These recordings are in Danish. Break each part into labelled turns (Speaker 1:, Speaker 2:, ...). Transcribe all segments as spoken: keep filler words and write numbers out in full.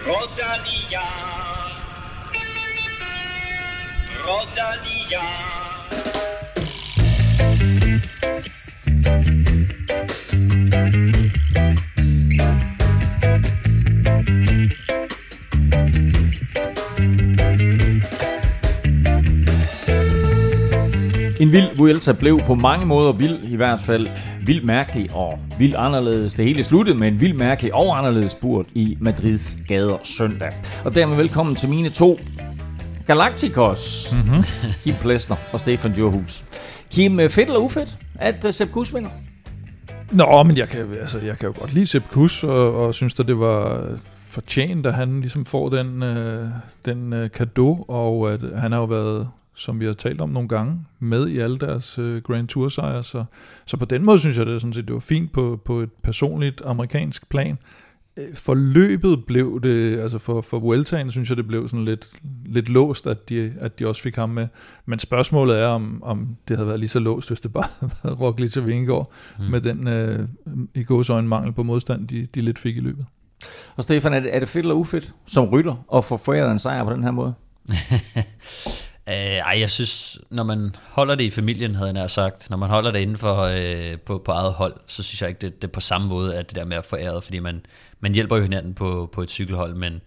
Speaker 1: Rodalia, Rodalia.
Speaker 2: En vild Vuelta blev på mange måder vild, i hvert fald vildt mærkelig og vildt anderledes. Det hele sluttede med en vildt mærkelig og anderledes spurt i Madrids gader søndag. Og dermed velkommen til mine to Galacticos, mm-hmm. Kim Plesner og Stefan Djurhus. Kim, fedt eller ufedt, at Sepp Kuss vinder?
Speaker 3: Nå, men jeg kan, altså, jeg kan jo godt lide Sepp Kuss, og, og synes at det var fortjent, at han ligesom får den, øh, den øh, cadeau, og at han har jo været, som vi har talt om nogle gange, med i alle deres øh, Grand Tour sejre, så, så på den måde synes jeg, det, sådan set, det var fint på, på et personligt amerikansk plan. Forløbet blev det, altså for, for Vueltaen synes jeg, det blev sådan lidt, lidt låst, at de, at de også fik ham med. Men spørgsmålet er, om, om det havde været lige så låst, hvis det bare havde været Roglic og Vingegaard, mm. med den øh, i gåseøjne mangel på modstand, de, de lidt fik i løbet.
Speaker 2: Og Stefan, er det, er det fedt eller ufedt som rytter at få foræret en sejr på den her måde?
Speaker 4: Uh, ej, jeg synes, når man holder det i familien, havde jeg nær sagt, når man holder det inden for uh, på, på eget hold, så synes jeg ikke, det, det på samme måde, at det der med at forære, fordi man, man hjælper jo hinanden på, på et cykelhold, men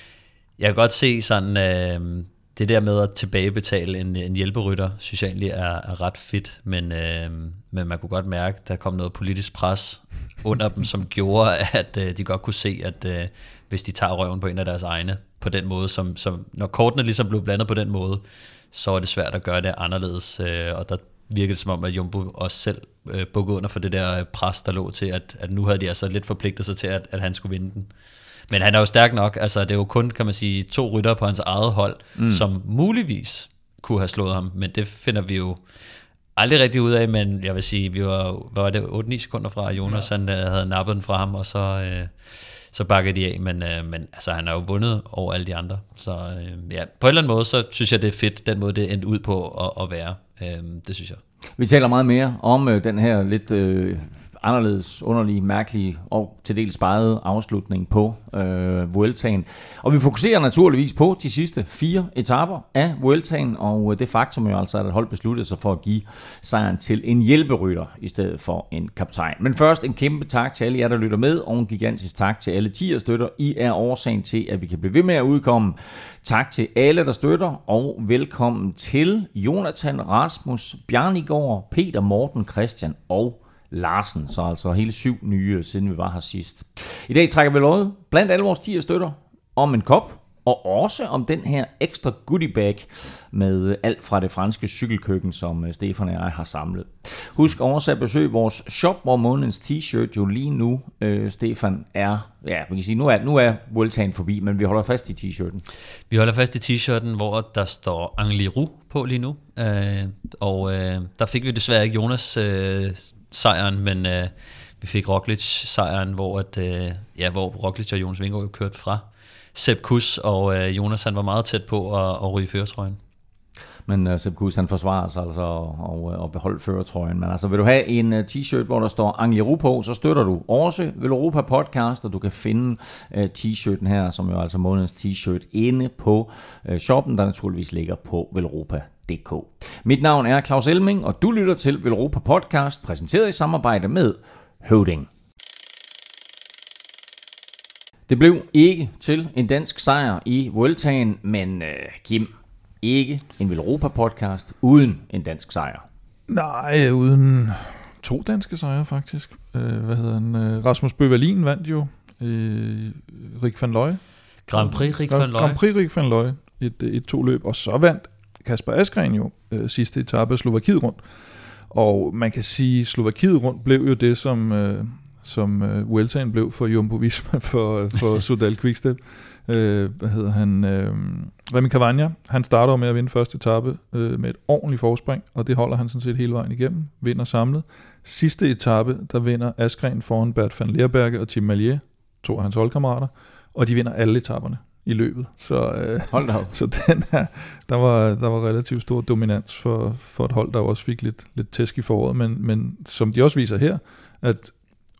Speaker 4: jeg kan godt se sådan, uh, det der med at tilbagebetale en, en hjælperytter, synes jeg egentlig er, er ret fedt, men, uh, men man kunne godt mærke, der kom noget politisk pres under dem, som gjorde, at uh, de godt kunne se, at uh, hvis de tager røven på en af deres egne, på den måde, som, som når kortene ligesom blev blandet på den måde, så er det svært at gøre det anderledes, øh, og der virkede det som om, at Jumbo også selv øh, bukkede under for det der pres, der lå til, at, at nu havde de altså lidt forpligtet sig til, at, at han skulle vinde den. Men han er jo stærk nok, altså det er jo kun, kan man sige, to rytter på hans eget hold, mm. som muligvis kunne have slået ham, men det finder vi jo aldrig rigtig ud af, men jeg vil sige, vi var, hvad var det, otte ni sekunder fra, Jonas ja. han havde nappet den fra ham, og så... Øh, så bakker de af, men, øh, men altså, han har jo vundet over alle de andre. Så øh, ja, på en eller anden måde, så synes jeg, det er fedt, den måde, det endte ud på at, at være. Øh, det synes jeg.
Speaker 2: Vi taler meget mere om øh, den her lidt øh, anderledes, underlige, mærkelige og til dels spejede afslutning på øh, Vueltaen. Og vi fokuserer naturligvis på de sidste fire etaper af Vueltaen, og det faktum jo altså, at et hold besluttede sig for at give sejren til en hjælperytter i stedet for en kaptajn. Men først en kæmpe tak til alle jer, der lytter med, og en gigantisk tak til alle tier-støtter. I er årsagen til, at vi kan blive ved med at udkomme. Tak til alle, der støtter, og velkommen til Jonathan, Rasmus, Bjarnigård, Peter, Morten, Christian og Larsen. Så altså hele syv nye, siden vi var her sidst. I dag trækker vi lod blandt alle vores tier støtter om en kop, og også om den her ekstra goodie bag med alt fra det franske cykelkøkken, som Stefan og jeg har samlet. Husk også at besøge vores shop, hvor månedens t-shirt jo lige nu, øh, Stefan, er, ja, man kan sige, nu er, nu er Vueltaen forbi, men vi holder fast i t-shirten.
Speaker 4: Vi holder fast i t-shirten, hvor der står Angliru på lige nu, øh, og øh, der fik vi desværre ikke Jonas øh, sejren, men øh, vi fik Roglic sejren, hvor, at, øh, ja, hvor Roglic og Jonas Vingegaard kørte fra Sepp Kuss, og øh, Jonas han var meget tæt på at, at ryge førertrøjen.
Speaker 2: Men uh, Sepp Kuss han forsvarer sig altså og, og, og beholde førertrøjen. Men altså vil du have en uh, t-shirt, hvor der står Angliru på, så støtter du også Velropa Podcast, og du kan finde uh, t-shirten her, som jo altså månedens t-shirt, inde på uh, shoppen, der naturligvis ligger på velropa punktum d k. Mit navn er Claus Elming, og du lytter til Velropa Podcast, præsenteret i samarbejde med Høvding. Det blev ikke til en dansk sejr i Vueltaen, men uh, Kim, ikke en Velropa Podcast uden en dansk sejr.
Speaker 3: Nej, uden to danske sejre faktisk. Uh, hvad hedder han? Uh, Rasmus Bøh-Wallin vandt jo. Uh, Rik van Looy.
Speaker 4: Grand Prix Rik van Looy.
Speaker 3: Grand Prix Rik van Looy. Et, et to løb. Og så vandt Kasper Asgreen jo uh, sidste etape af Slovakiet rundt. Og man kan sige, at Slovakiet rundt blev jo det, som... Uh, som uh, Vueltaen blev for Jumbo Visma for, for Soudal Quickstep. Uh, hvad hedder han? Uh, Remy Cavagna, han starter med at vinde første etape uh, med et ordentligt forspring, og det holder han sådan set hele vejen igennem, vinder samlet. Sidste etape, der vinder Asgreen foran Bert van Leerberge og Tim Mallier, to af hans holdkammerater, og de vinder alle etaperne i løbet. Så, uh,
Speaker 2: hold da.
Speaker 3: så den her, der var, der var relativt stor dominans for, for et hold, der også fik lidt, lidt tæsk i foråret, men, men som de også viser her, at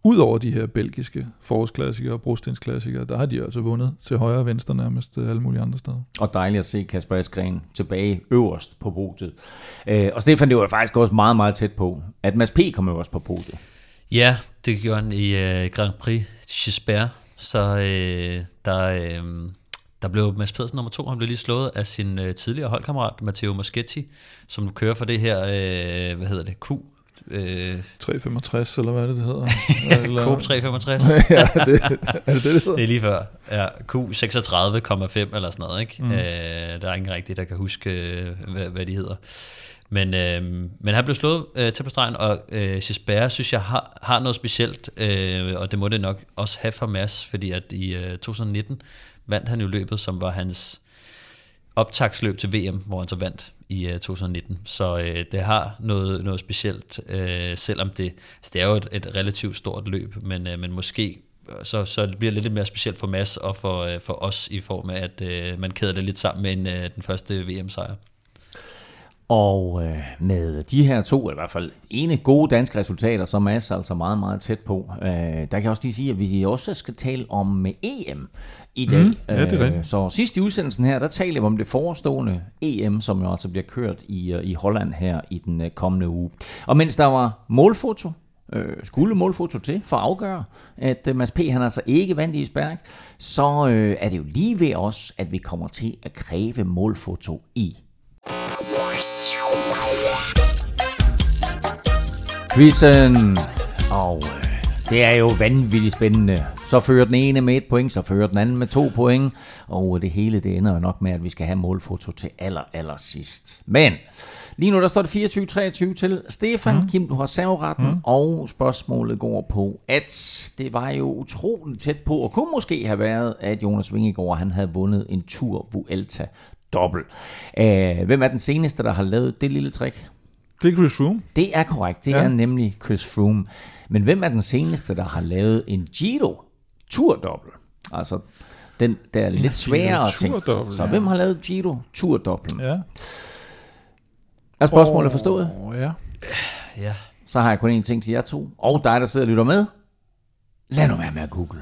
Speaker 3: Udover de her belgiske forårsklassikere og brostensklassikere, der har de altså vundet til højre og venstre nærmest alle mulige andre steder.
Speaker 2: Og dejligt at se Kasper Asgreen tilbage øverst på podiet. Øh, og Stefan, det var faktisk også meget, meget tæt på, at Mads P. kom øverst på podiet.
Speaker 4: Ja, det gjorde han i uh, Grand Prix Gisbert, så uh, der, uh, der blev Mads Pedersen nummer to. Han blev lige slået af sin uh, tidligere holdkammerat, Matteo Moschetti, som nu kører for det her, uh, hvad hedder det, Q?
Speaker 3: Øh, tre femogtres, eller hvad er det, det hedder? Eller...
Speaker 4: Coop tre femogtres.
Speaker 3: Ja, det, er det det, det hedder?
Speaker 4: Det er lige før. Ja, Q seksogtredive komma fem eller sådan noget, ikke?
Speaker 3: Mm.
Speaker 4: Øh, der er ingen rigtig, der kan huske, hvad, hvad de hedder. Men, øh, men han blev slået øh, til på stregen, og øh, Gisbert, synes jeg, har, har noget specielt, øh, og det må det nok også have for Mads, fordi at i øh, to tusind nitten vandt han jo løbet, som var hans optagsløb til V M, hvor han så vandt i uh, to tusind nitten. Så øh, det har noget, noget specielt, øh, selvom det, det er jo et, et relativt stort løb, men, øh, men måske så, så det bliver lidt mere specielt for Mads og for, øh, for os i form af, at øh, man kæder det lidt sammen med en, øh, den første V M-sejr.
Speaker 2: Og øh, med de her to, i hvert fald ene gode danske resultater, så er Mads altså meget, meget tæt på. Øh, der kan jeg også lige sige, at vi også skal tale om E M i dag.
Speaker 3: Mm, ja, det er rigtigt.
Speaker 2: Øh, så sidst i udsendelsen her, der taler vi om det forestående E M, som jo altså bliver kørt i, i Holland her i den kommende uge. Og mens der var målfoto, øh, skulle målfoto til for at afgøre, at øh, Mads P. han altså ikke vandt i Isberg, så øh, er det jo lige ved os, at vi kommer til at kræve målfoto i quizzen. Og det er jo vanvittigt spændende. Så fører den ene med et point, så fører den anden med to point. Og det hele det ender jo nok med, at vi skal have målfoto til aller, aller sidst. Men lige nu der står det fireogtyve treogtyve til Stefan. Mm. Kim, du har serveretten. Mm. Og spørgsmålet går på, at det var jo utroligt tæt på, og kunne måske have været, at Jonas Vingegaard han havde vundet en Tour Vuelta dobbelt. Uh, hvem er den seneste, der har lavet det lille trick?
Speaker 3: Det er Chris Froome.
Speaker 2: Det er korrekt. Det ja. er nemlig Chris Froome. Men hvem er den seneste, der har lavet en Giro Tour dobbelt? Altså den der en lidt sværere ting. Så ja. hvem har lavet Giro Tour dobbelt?
Speaker 3: Ja.
Speaker 2: Er spørgsmålet oh, forstået?
Speaker 3: Ja.
Speaker 4: Ja.
Speaker 2: Så har jeg kun én ting til jer to. Og dig, der sidder og lytter med. Lad nu være med at google.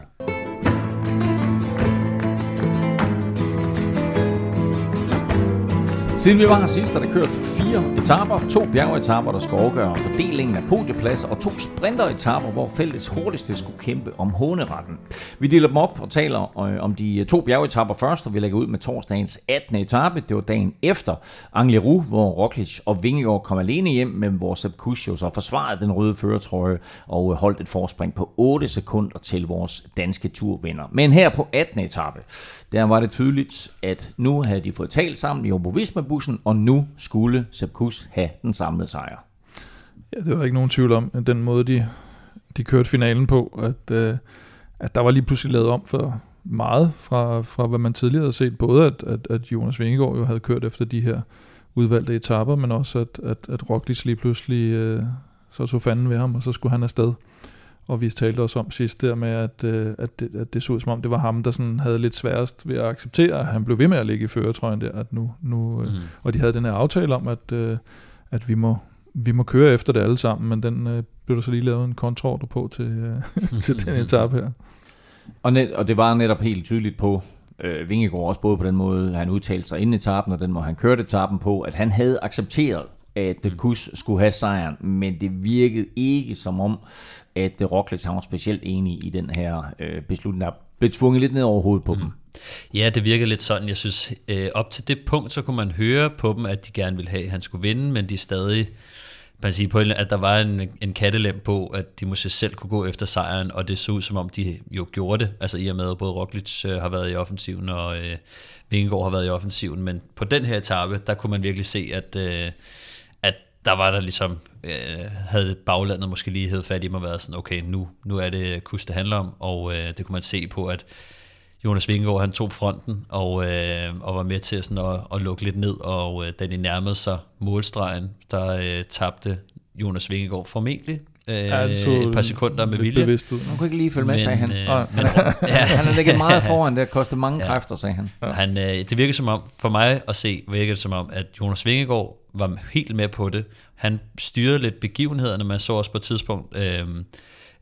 Speaker 2: Siden vi var her sidst, er der kørt fire etaper, to bjergetapper, der skal afgøre fordelingen af podiepladser, og to sprinteretapper, hvor feltets hurtigste skulle kæmpe om håneretten. Vi deler dem op og taler om de to bjergetapper først, og vi lægger ud med torsdagens attende etape. Det var dagen efter Angliru, hvor Roglic og Vingegaard kom alene hjem, men hvor Sepp Kuss jo så forsvarede den røde førertrøje og holdt et forspring på otte sekunder til vores danske turvinder. Men her på attende etape, der var det tydeligt, at nu havde de fået talt sammen i Jumbo Visma-bussen, og nu skulle Sepp Kuss have den samlede sejr.
Speaker 3: Ja, det var ikke nogen tvivl om, at den måde, de, de kørte finalen på, at, øh, at der var lige pludselig lavet om for meget fra, fra hvad man tidligere havde set. Både at, at, at Jonas Vingegaard jo havde kørt efter de her udvalgte etaper, men også at, at, at Roglic lige pludselig øh, så tog fanden ved ham, og så skulle han afsted. Og vi talte også om sidst der med, at, at, det, at det så ud som om, det var ham, der sådan havde lidt sværest ved at acceptere, at han blev ved med at ligge i førertrøjen der, at nu, nu, mm. og de havde den her aftale om, at, at vi, må, vi må køre efter det alle sammen, men den blev der så lige lavet en kontraordre på til, til den etape her. Og,
Speaker 2: net, og det var netop helt tydeligt på, øh, Vingegaard også både på den måde, han udtalte sig inden etappen, og den måde, han kørte etappen på, at han havde accepteret, at Kuss skulle have sejren, men det virkede ikke som om, at Roglic var specielt enig i den her øh, beslutning, der blev tvunget lidt ned over hovedet på mm. dem.
Speaker 4: Ja, det virkede lidt sådan. Jeg synes, øh, op til det punkt, så kunne man høre på dem, at de gerne ville have, at han skulle vinde, men de stadig, man sige, på, at der var en, en kattelem på, at de måske selv kunne gå efter sejren, og det så ud som om, de jo gjorde det, altså i og med, at både Roglic øh, har været i offensiven, og øh, Vingegaard har været i offensiven, men på den her etape, der kunne man virkelig se, at øh, at der var der ligesom, øh, havde baglandet måske lige hed fat i mig og været sådan, okay, nu, nu er det Kuss, det handler om, og øh, det kunne man se på, at Jonas Vingegaard, han tog fronten, og, øh, og var med til sådan at, at lukke lidt ned, og øh, da de nærmede sig målstregen, der øh, tabte Jonas Vingegaard formentlig øh, ja, et par sekunder med vilje.
Speaker 2: Man kunne ikke lige følge med, men, sagde han. Øh, men, ja. Han har ligget meget foran, det har kostet mange ja. kræfter, sagde han.
Speaker 4: Ja. han øh, det virkede som om, for mig at se, virkede det som om, at Jonas Vingegaard var helt med på det. Han styrede lidt begivenhederne, man så også på et tidspunkt, øh,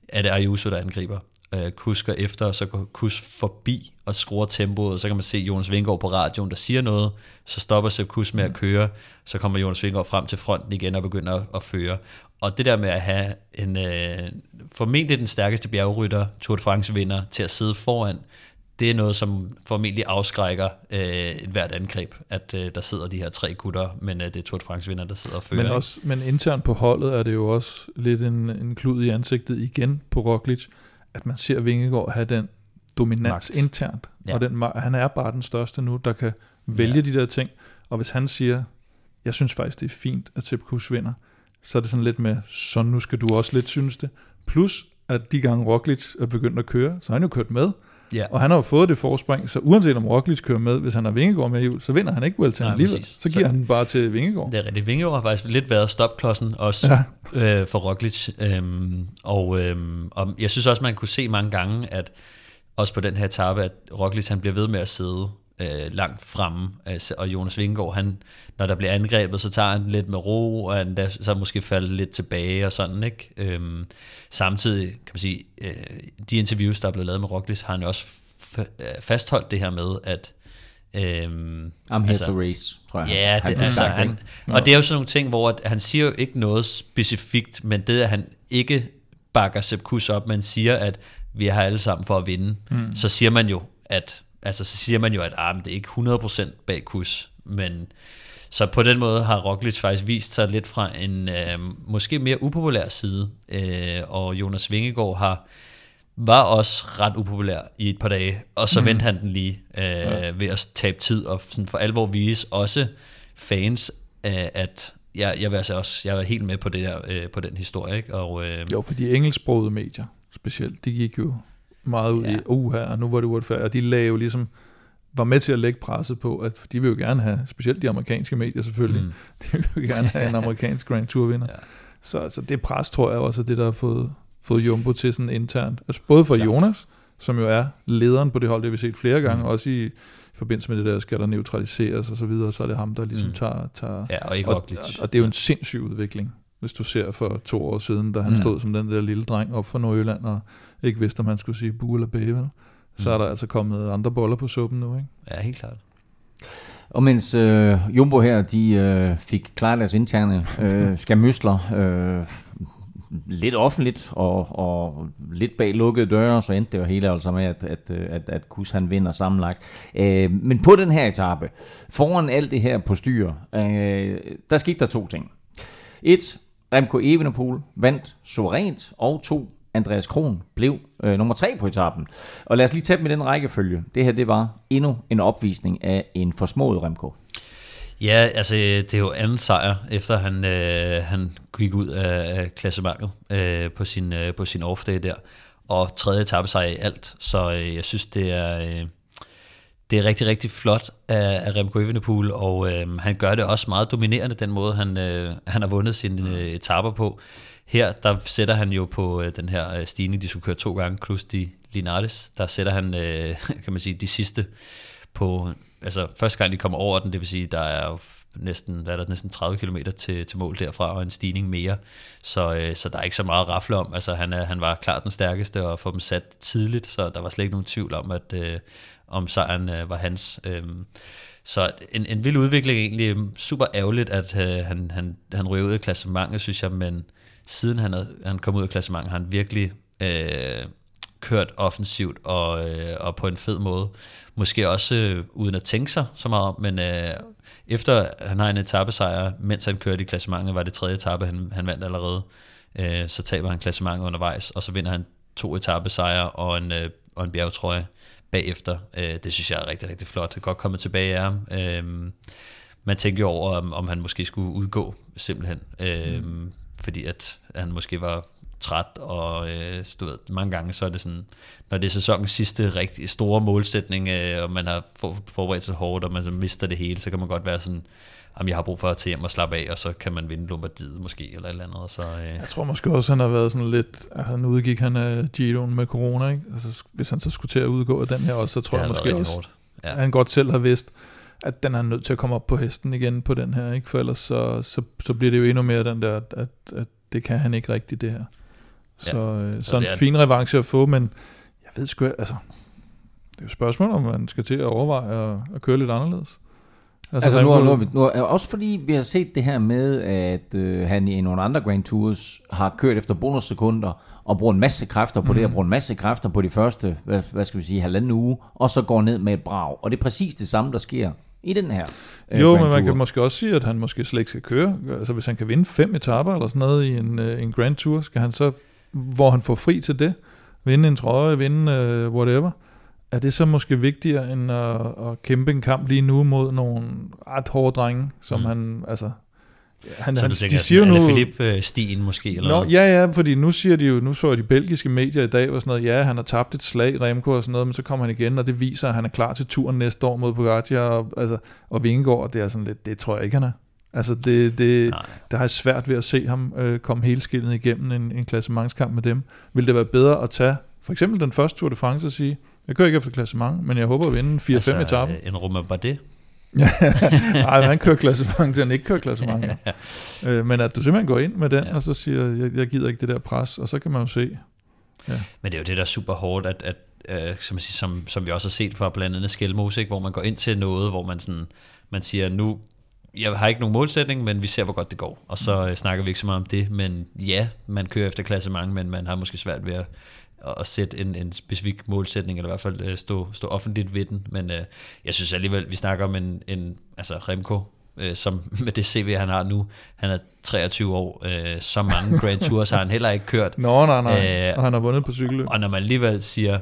Speaker 4: er det Ayuso, der angriber. Øh, Kuss går efter, og så går Kuss forbi og skruer tempoet, så kan man se Jonas Vingegaard på radioen, der siger noget, så stopper Sepp Kuss med at køre, så kommer Jonas Vingegaard frem til fronten igen og begynder at, at føre. Og det der med at have en, øh, formentlig den stærkeste bjergrytter, Tour de France vinder, til at sidde foran, det er noget, som formentlig afskrækker øh, et hvert angreb, at øh, der sidder de her tre gutter, men øh, det er Tour de France vinder, der sidder og fører.
Speaker 3: Men, også, men internt på holdet er det jo også lidt en, en klud i ansigtet igen på Roglic, at man ser Vingegaard have den dominans Magt. internt, ja. og den, han er bare den største nu, der kan vælge ja. de der ting, og hvis han siger, jeg synes faktisk, det er fint, at Sepp Kuss vinder, så er det sådan lidt med, så nu skal du også lidt synes det. Plus, at de gange Roglic er begyndt at køre, så har han jo kørt med. Ja. Og han har jo fået det forspring, så uanset om Roglic kører med, hvis han har Vingegaard med i, så vinder han ikke Vueltaen alligevel. Så giver så, han den bare til Vingegaard.
Speaker 4: Det er rigtigt. Vingegaard har faktisk lidt været stopklodsen også ja. øh, for Roglic. Øhm, og, øhm, og jeg synes også, man kunne se mange gange, at også på den her etape, at Roglic han bliver ved med at sidde øh, langt fremme, øh, og Jonas Vingegaard, han, når der bliver angrebet, så tager han lidt med ro, og han der, så måske falder lidt tilbage og sådan, ikke? Øhm, samtidig kan man sige, øh, de interviews, der er blevet lavet med Roglic, har han jo også f- fastholdt det her med, at øhm,
Speaker 2: I'm here altså, for race, tror jeg.
Speaker 4: Ja, det, altså, han, og det er jo sådan nogle ting, hvor at han siger jo ikke noget specifikt, men det at han ikke bakker Sepp Kuss op, men siger, at vi er her alle sammen for at vinde, mm. så siger man jo, at altså så siger man jo, at ah, det er ikke hundrede procent bag Kuss, men så på den måde har Roglic faktisk vist sig lidt fra en øh, måske mere upopulær side, øh, og Jonas Vingegaard har, var også ret upopulær i et par dage, og så mm. vendte han den lige øh, ja. ved at tabe tid, og sådan for alvor vise også fans, øh, at jeg, jeg, vil altså også, jeg var helt med på, det der, øh, på den historie. Ikke? Og, øh,
Speaker 3: jo, for de engelsksprogede medier specielt, de gik jo meget ud ja. i, uh her, og nu var det uretfærdigt, og de lagde jo ligesom, var med til at lægge presset på, at de vil jo gerne have, specielt de amerikanske medier selvfølgelig, mm. de vil jo gerne have en amerikansk Grand Tour vinder. Ja. Så, så det pres, tror jeg også, er det, der har fået, fået Jumbo til sådan internt. Altså både for Klart. Jonas, som jo er lederen på det hold, det har vi set flere gange, mm. også i, i forbindelse med det der, skal der neutraliseres og så videre, så er det ham, der ligesom mm. tager... tager
Speaker 4: ja, og, ikke
Speaker 3: og, og, og det er jo en sindssyg udvikling, hvis du ser for to år siden, da han mm. stod som den der lille dreng op fra Nordjylland, og ikke vidste, om han skulle sige bu eller bæ, vel? Så er der altså kommet andre boller på suppen nu, ikke?
Speaker 4: Ja, helt klart.
Speaker 2: Og mens øh, Jumbo her, de øh, fik klaret deres interne øh, skamysler øh, lidt offentligt og, og lidt bag lukkede døre, så endte det jo hele altså med, at, at, at, at Kuss han vinder sammenlagt. Øh, men på den her etape, foran alt det her på styr, øh, der skete der to ting. Et, Remco Evenepoel vandt suverænt, og to, Andreas Kron blev øh, nummer tre på etappen. Og lad os lige tage dem i den rækkefølge. Det her, det var endnu en opvisning af en forsmået Remco.
Speaker 4: Ja, altså det er jo anden sejr, efter han, øh, han gik ud af, af klassementet øh, på sin, øh, på sin off-day der, og tredje etappesejr i alt. Så øh, jeg synes, det er, øh, det er rigtig, rigtig flot af, af Remco Evenepoel, og øh, han gør det også meget dominerende, den måde, han, øh, han har vundet sine øh, etapper på. Her, der sætter han jo på øh, den her øh, stigning, de skulle køre to gange, Cruz de Linares, der sætter han, øh, kan man sige, de sidste på, altså første gang de kommer over den, det vil sige, der er jo næsten, hvad er der, næsten tredive kilometer til, til mål derfra, og en stigning mere, så, øh, så der er ikke så meget at rafle om, altså han, er, han var klart den stærkeste, og få dem sat tidligt, så der var slet ikke nogen tvivl om, at øh, om sejren øh, var hans. Øh, Så en, en vild udvikling, egentlig super ærgerligt, at øh, han, han, han ryger ud af klassementet, synes jeg, men siden han, havde, han kom ud af klassementet, har han virkelig øh, kørt offensivt og, øh, og på en fed måde. Måske også øh, uden at tænke sig så meget om, men øh, efter han har en etapesejr, mens han kørte i klassementet, var det tredje etape, han, han vandt allerede, øh, så taber han klassementet undervejs, og så vinder han to etapesejre og en, øh, og en bjergtrøje bagefter. Øh, det synes jeg er rigtig, rigtig flot. Det er godt kommet tilbage af ham. Øh, man tænker jo over, om, om han måske skulle udgå, simpelthen. Øh, mm. Fordi at han måske var træt, og øh, du ved, mange gange så er det sådan, når det er sæsonens sidste rigtig store målsætning, øh, og man har for, forberedt sig hårdt, og man så mister det hele, så kan man godt være sådan, om jeg har brug for at tage hjem og slappe af, og så kan man vinde Lombardiet måske, eller et eller andet. Så, øh.
Speaker 3: Jeg tror måske også, han har været sådan lidt, altså nu udgik han af Giroen med corona, ikke? Altså, hvis han så skulle til at udgå af den her også, så tror jeg måske også, ja. han godt selv har vidst, at den er nødt til at komme op på hesten igen på den her, ikke? For ellers så, så, så bliver det jo endnu mere den der, at, at det kan han ikke rigtigt, det her. Så øh,
Speaker 4: Så
Speaker 3: sådan
Speaker 4: det er-
Speaker 3: en fin revanche at få, men jeg ved sgu, altså, det er jo et spørgsmål, om man skal til at overveje at, at køre lidt anderledes.
Speaker 2: Altså nu, har- nu, har vi- nu, har- også fordi vi har set det her med, at øh, han i nogle andre Grand Tours har kørt efter bonussekunder og bruger en masse kræfter på mm. det, og bruger en masse kræfter på de første, hvad, hvad skal vi sige, halvanden uge, og så går ned med et brag. Og det er præcis det samme, der sker i den her øh,
Speaker 3: Jo,
Speaker 2: Grand
Speaker 3: men man
Speaker 2: Tour.
Speaker 3: kan måske også sige, at han måske slet ikke skal køre. Altså hvis han kan vinde fem etaper eller sådan noget i en, øh, en Grand Tour, skal han så, hvor han får fri til det, vinde en trøje, vinde øh, whatever. Er det så måske vigtigere end at, at kæmpe en kamp lige nu mod nogle ret hårde drenge, som mm. han, altså... Han,
Speaker 4: Så
Speaker 3: han,
Speaker 4: du tænker,
Speaker 3: de siger jo nu...
Speaker 4: Philippe-stien måske? Eller
Speaker 3: Nå,
Speaker 4: noget?
Speaker 3: ja, ja, fordi nu siger de jo, nu så jeg de belgiske medier i dag, og sådan noget, ja, han har tabt et slag, Remco og sådan noget, men så kommer han igen, og det viser, at han er klar til turen næste år mod Pogacar og, altså, og Vingegaard, og det er sådan lidt, det tror jeg ikke, han er. Altså, det, det, der har jeg svært ved at se ham øh, komme helskillet igennem en, en klassementskamp med dem. Vil det være bedre at tage, for eksempel den første Tour de France og sige, jeg kører ikke efter klassement, men jeg håber at vinde fire fem
Speaker 4: altså,
Speaker 3: etaper.
Speaker 4: En Romain Bardet?
Speaker 3: Nej, han kører klassement til han ikke kører klassement. øh, men at du simpelthen går ind med den, ja. og så siger, jeg, jeg gider ikke det der pres, og så kan man jo se. Ja.
Speaker 4: Men det er jo det, der er super hårdt, at, at øh, som, som, som vi også har set fra blandt andet Skelmose, hvor man går ind til noget, hvor man, sådan, man siger, nu, jeg har ikke nogen målsætning, men vi ser, hvor godt det går. Og så øh, snakker vi ikke så meget om det, men ja, man kører efter klassement, men man har måske svært ved at at sætte en, en specifik målsætning, eller i hvert fald øh, stå, stå offentligt ved den, men øh, jeg synes alligevel, vi snakker om en, en altså Remco, øh, som med det C V, han har nu, han er treogtyve år, øh, så mange Grand Tours har han heller ikke kørt.
Speaker 3: Nå, nej, nej,
Speaker 4: øh,
Speaker 3: og han har vundet på cykelløb.
Speaker 4: Og når man alligevel siger,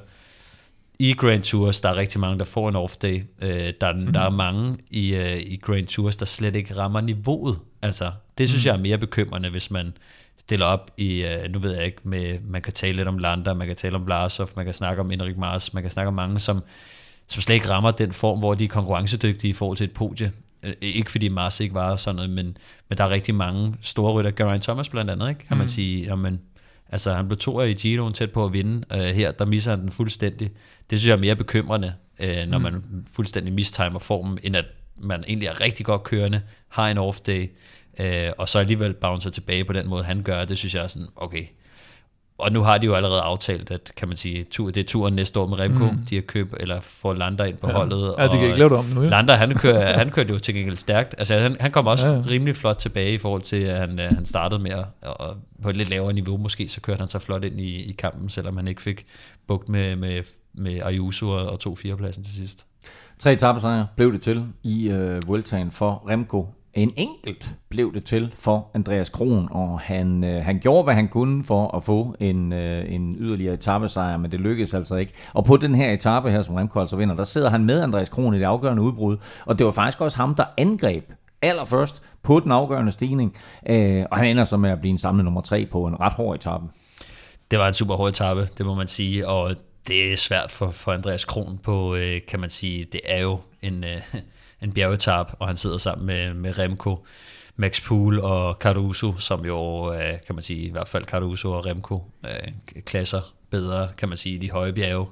Speaker 4: i Grand Tours, der er rigtig mange, der får en off-day, øh, der, mm. der er mange i, øh, i Grand Tours, der slet ikke rammer niveauet, altså, det synes mm. jeg er mere bekymrende, hvis man stiller op i, nu ved jeg ikke, med, man kan tale lidt om Landa, man kan tale om Vlasov, man kan snakke om Enric Mas, man kan snakke om mange, som, som slet ikke rammer den form, hvor de er konkurrencedygtige i forhold til et podie. Ikke fordi Mars ikke var sådan noget, men, men der er rigtig mange store rytter. Geraint Thomas blandt andet, ikke? Kan man mm. sige, jamen, altså han blev toer i Giroen tæt på at vinde. Uh, her, der misser han den fuldstændig. Det synes jeg er mere bekymrende, uh, når mm. man fuldstændig mistimer formen, end at man egentlig er rigtig godt kørende, har en off-day, Uh, og så alligevel bouncer tilbage på den måde, han gør. Det synes jeg er sådan, okay. Og nu har de jo allerede aftalt, at kan man sige, tur, det er turen næste år med Remco, mm. de har købt, eller får Landa ind på
Speaker 3: ja.
Speaker 4: holdet.
Speaker 3: Ja, de kan ikke lave det om nu, ja.
Speaker 4: Landa, han kører, han kørte jo til gengæld stærkt. Altså, han, han kom også ja, ja. rimelig flot tilbage i forhold til, at han, han startede med at, og på et lidt lavere niveau måske, så kørte han så flot ind i, i kampen, selvom han ikke fik bugt med, med, med Ayuso og, og tog firepladsen til sidst.
Speaker 2: Tre etapesejre blev det til i øh, Vueltaen for Remco. En enkelt blev det til for Andreas Kron, og han, øh, han gjorde, hvad han kunne for at få en, øh, en yderligere etapesejr, men det lykkedes altså ikke. Og på den her etape her, som Remco altså vinder, der sidder han med Andreas Kron i det afgørende udbrud, og det var faktisk også ham, der angreb allerførst på den afgørende stigning, øh, og han ender så med at blive en samlet nummer tre på en ret hård etape.
Speaker 4: Det var en super hård etape, det må man sige, og det er svært for, for Andreas Kron på, øh, kan man sige, det er jo en... Øh, en bjergetap, og han sidder sammen med, med Remco, Max Poole og Caruso, som jo, kan man sige, i hvert fald Caruso og Remco klasser bedre, kan man sige, i de høje bjerge.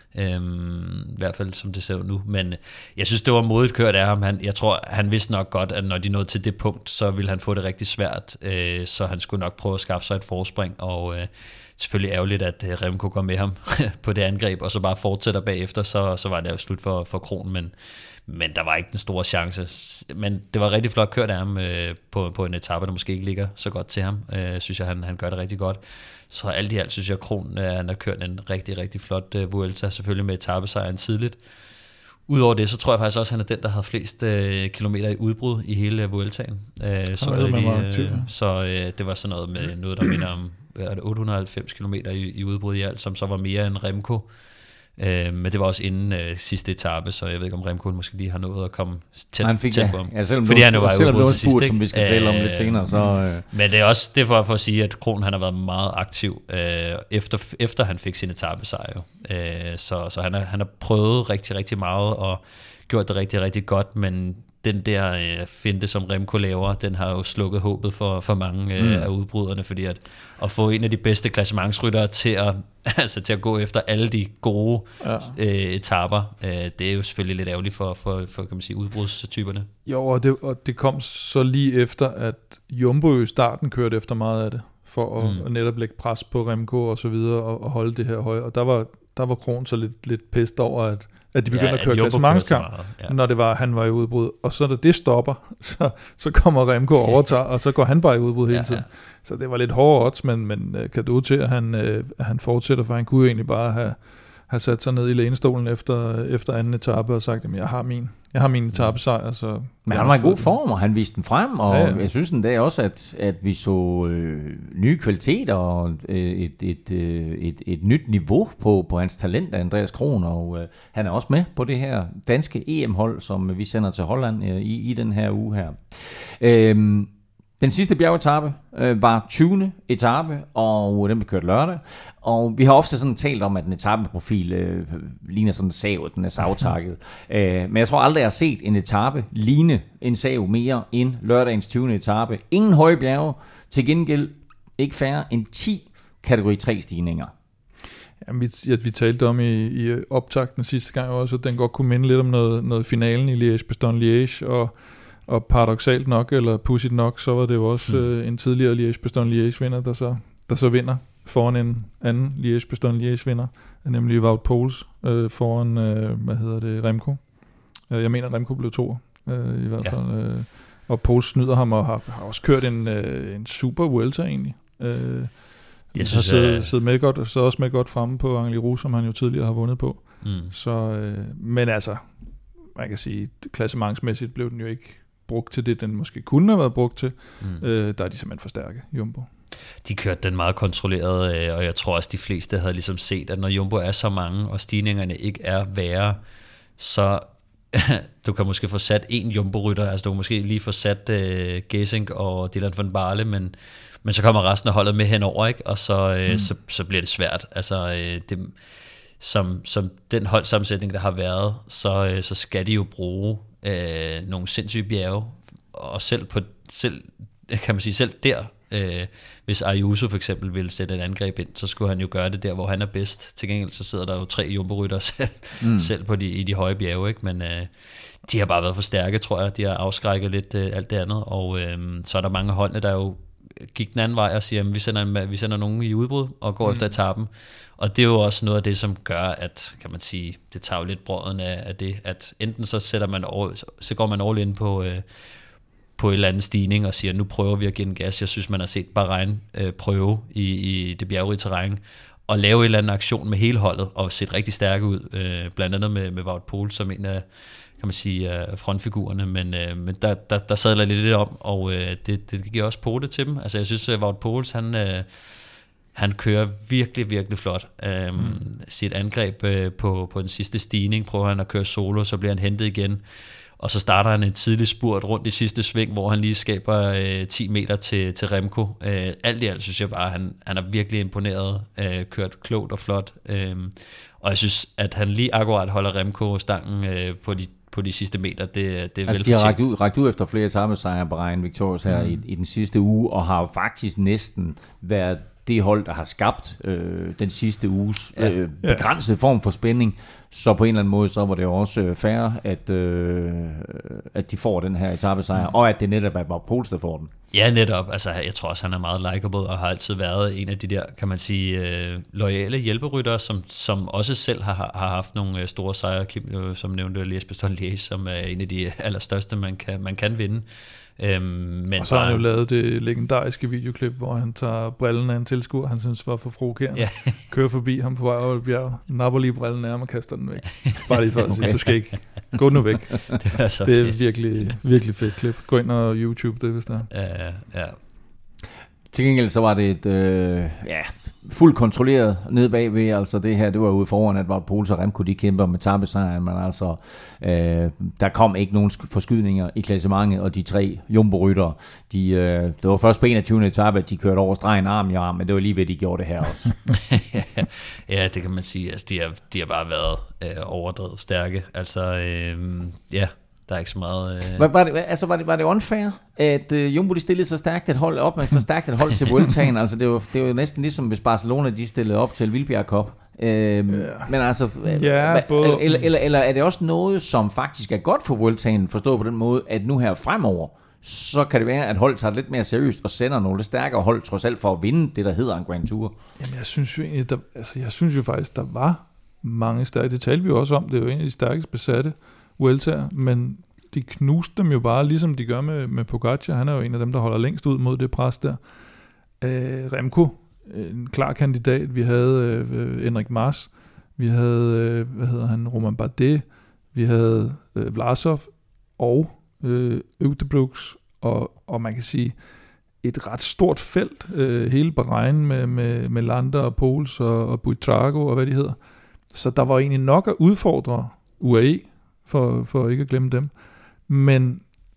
Speaker 4: Øhm, I hvert fald som det ser ud nu. Men jeg synes, det var modigt kørt af ham. Han, jeg tror, han vidste nok godt, at når de nåede til det punkt, så ville han få det rigtig svært. Øh, så han skulle nok prøve at skaffe sig et forspring, og øh, selvfølgelig ærgerligt, at Remco går med ham på det angreb, og så bare fortsætter bagefter, så, så var det jo slut for, for Kron, men Men der var ikke den store chance. Men det var rigtig flot kørt af ham øh, på, på en etape, der måske ikke ligger så godt til ham. Øh, synes jeg, han, han gør det rigtig godt. Så alt i alt synes jeg, at Kron øh, han har kørt en rigtig, rigtig flot øh, Vuelta, selvfølgelig med etapesejren tidligt. Udover det, så tror jeg faktisk også, at han er den, der har flest øh, kilometer i udbrud i hele Vueltaen. Øh, så
Speaker 3: ja, det,
Speaker 4: lige,
Speaker 3: aktiv, ja.
Speaker 4: øh, så øh, det var sådan noget med noget, der minder om hvad er det, otte hundrede og halvfems kilometer i, i udbrud i alt, som så var mere end Remco. Øh, men det var også inden øh, sidste etape, så jeg ved ikke, om Remco måske lige har nået at komme tæt,
Speaker 2: han fik,
Speaker 4: tæt
Speaker 2: ja,
Speaker 4: på ham.
Speaker 2: Ja, selvom
Speaker 4: fordi
Speaker 2: det
Speaker 4: han jo var
Speaker 2: selvom det var spurt,
Speaker 4: sidst,
Speaker 2: som vi skal tale om øh, lidt senere. Så, øh.
Speaker 4: Men det er også det for, for at sige, at Kron han har været meget aktiv, øh, efter, efter han fik sin etapesejr. Øh, så så han, har, han har prøvet rigtig, rigtig meget, og gjort det rigtig, rigtig godt, men den der øh, finte, som Remco laver, den har jo slukket håbet for, for mange øh, mm. af udbryderne, fordi at, at få en af de bedste klassementsryttere til at, altså til at gå efter alle de gode ja. øh, etaper, øh, det er jo selvfølgelig lidt ærgerligt for, for, for kan man sige, udbrudstyperne.
Speaker 3: Jo, og det, og det kom så lige efter, at Jumbo i starten kørte efter meget af det. for at, mm. at netop lægge pres på Remco og så videre, og, og holde det her høje. Og der var, der var Krohn så lidt, lidt pest over, at, at de begyndte ja, at køre klassementskamp, ja. Når det var, han var i udbrud. Og så da det stopper, så, så kommer Remco og overtager, og så går han bare i udbrud hele tiden. Ja, ja. Så det var lidt hårde odds, men, men kan du til, at han, at han fortsætter, for han kunne egentlig bare have, have sat sig ned i lænestolen efter, efter anden etape og sagt, at jeg har min, jeg har min etapesejr. Så
Speaker 2: men han var i god form, og han viste den frem, og ja, ja. Jeg synes endda også, at, at vi så øh, nye kvaliteter og øh, et, et, øh, et, et nyt niveau på, på hans talent af Andreas Krohn, og øh, han er også med på det her danske E M-hold, som vi sender til Holland øh, i, i den her uge her. Øh, Den sidste bjergetape øh, var tyvende etape, og den blev kørt lørdag. Og vi har ofte sådan talt om, at en etapeprofil øh, ligner sådan en sav, den er savtakket. øh, men jeg tror aldrig, jeg har set en etape ligne en sav mere end lørdagens tyvende etape. Ingen høje bjerge, til gengæld ikke færre end ti kategori tre stigninger.
Speaker 3: Ja, vi, ja, vi talte om i, i optakten sidste gang også, at den godt kunne minde lidt om noget, noget finalen i Liège-Bastogne-Liège, og Og paradoksalt nok, eller pudsigt nok, så var det jo også mm. øh, en tidligere Liège-Bastogne-Liège-vinder, der så, der så vinder foran en anden Liège-Bastogne-Liège-vinder, nemlig Wout Poels øh, foran, øh, hvad hedder det, Remco. Jeg mener, Remco blev toer, øh, i hvert fald. Ja. Øh, og Poels snyder ham, og har, har også kørt en, øh, en super Vuelta egentlig. Øh, jeg synes, har siddet, siddet med godt, så også med godt fremme på Angli Rouge, som han jo tidligere har vundet på. Mm. Så, øh, men altså, man kan sige, klassementsmæssigt blev den jo ikke brugt til det, den måske kunne have været brugt til. Mm. Øh, der er de simpelthen for stærke, Jumbo.
Speaker 4: De kørte den meget kontrolleret, og jeg tror også, de fleste havde ligesom set, at når Jumbo er så mange, og stigningerne ikke er værre, så du kan måske få sat en Jumbo-rytter, altså du kan måske lige få sat uh, Gesink og Dylan van Baarle, men, men så kommer resten af holdet med henover, ikke? Og så, uh, mm. så, så bliver det svært. Altså, uh, det, som, som den holdsammensætning, der har været, så, uh, så skal de jo bruge Øh, nogle sindssyge bjerge, og selv på selv kan man sige selv der, øh, hvis Ayuso for eksempel ville sætte et angreb ind, så skulle han jo gøre det der, hvor han er bedst. Til gengæld så sidder der jo tre jumbo-rytter selv, mm. selv på de, i de høje bjerge, ikke? Men øh, de har bare været for stærke, tror jeg. De har afskrækket lidt øh, alt det andet, og øh, så er der mange holdene, der jo gik den anden vej og siger, at vi sender, vi sender nogen i udbrud og går mm. efter etappen. Og det er jo også noget af det, som gør, at, kan man sige, det tager jo lidt brøden af, af det, at enten så sætter man over, så går man all in på, øh, på et eller andet stigning og siger, nu prøver vi at give en gas. Jeg synes, man har set Bahrain øh, prøve i, i det bjergrige terræn, og lave en eller anden aktion med hele holdet, og set rigtig stærke ud, øh, blandt andet med, med Wout Poels som en af, kan man sige, frontfigurerne, men, øh, men der, der, der sadler lidt lidt om, og øh, det, det giver også pote til dem. Altså jeg synes, at Wout Poels, han... Øh, Han kører virkelig, virkelig flot. Um, mm. Sit angreb uh, på, på den sidste stigning, prøver han at køre solo, så bliver han hentet igen. Og så starter han en tidlig spurt rundt i sidste sving, hvor han lige skaber uh, ti meter til, til Remco. Uh, alt i alt synes jeg bare, at han, han er virkelig imponeret, uh, kørt klogt og flot. Um, og jeg synes, at han lige akkurat holder Remco-stangen uh, på de på de sidste meter, det, det er altså, velfortjent.
Speaker 2: De har rakt ud, rakt ud efter flere etapesejre på Bahrain Victorious her mm. i, i den sidste uge, og har faktisk næsten været det hold, der har skabt øh, den sidste uges øh, begrænsede form for spænding, så på en eller anden måde, så var det også øh, fair, at, øh, at de får den her etapesejr, mm. og at det netop er Wout Poels, der får den.
Speaker 4: Ja, netop. Altså, jeg tror også, han er meget likeable, og har altid været en af de der, kan man sige, øh, loyale hjælperyttere, som, som også selv har, har haft nogle store sejre, Kim, som nævnte Liège-Bastogne-Liège, som er en af de allerstørste, man kan, man kan vinde. Øhm, men
Speaker 3: og så har han jo lavet det legendariske videoklip, hvor han tager brillen af en tilskuer, han synes var for provokerende. Ja. Kører forbi ham på vej over et bjerg, napper lige brillen af ham og kaster den væk. Bare lige for at sige, okay. Du skal ikke gå nu væk. Det er, så det er virkelig, virkelig fedt klip. Gå ind og YouTube det, hvis der er.
Speaker 4: Ja, ja.
Speaker 2: Til gengæld så var det et øh, ja, fuldt kontrolleret nede bagved, altså det her, det var ude foran, at Wout Poels og Remco, de kæmper med tabesejren, men altså, øh, der kom ikke nogen forskydninger i klassementet, og de tre jumbo-ryttere, de, øh, det var først på enogtyvende etape, at de kørte over stregen arm i arm, men det var lige ved, de gjorde det her også.
Speaker 4: Ja, det kan man sige, altså de har, de har bare været øh, overdrevet stærke, altså, øh, ja, der er ikke så meget... Øh...
Speaker 2: Var, var, det, altså, var, det, var det unfair, at uh, Jumbo de stillede så stærkt et hold op, med så stærkt et hold til Vueltaen? Altså, det var, det var næsten ligesom, hvis Barcelona de stillede op til Vildbjerg Cup. Øhm, yeah. Men altså...
Speaker 3: Yeah,
Speaker 2: hva, eller, eller, eller er det også noget, som faktisk er godt for Vueltaen, forstået på den måde, at nu her fremover, så kan det være, at holdet tager det lidt mere seriøst og sender nogle lidt stærkere hold, trods alt for at vinde det, der hedder en Grand Tour.
Speaker 3: Jamen, jeg synes jo egentlig, der, altså, jeg synes jo faktisk, der var mange stærke. Det talte vi jo også om. Det er jo en af de stærkest besatte Vueltaer, men de knuste dem jo bare, ligesom de gør med, med Pogacar. Han er jo en af dem, der holder længst ud mod det pres der. Øh, Remco, en klar kandidat. Vi havde øh, Enric Mas. Vi havde, øh, hvad hedder han, Romain Bardet. Vi havde øh, Vlasov og øh, Utebrooks. Og, og man kan sige, et ret stort felt. Øh, hele Bahrain med, med, med Landa og Poels og, og Buitrago og hvad de hedder. Så der var egentlig nok at udfordre U A E, for, for ikke at glemme dem. Men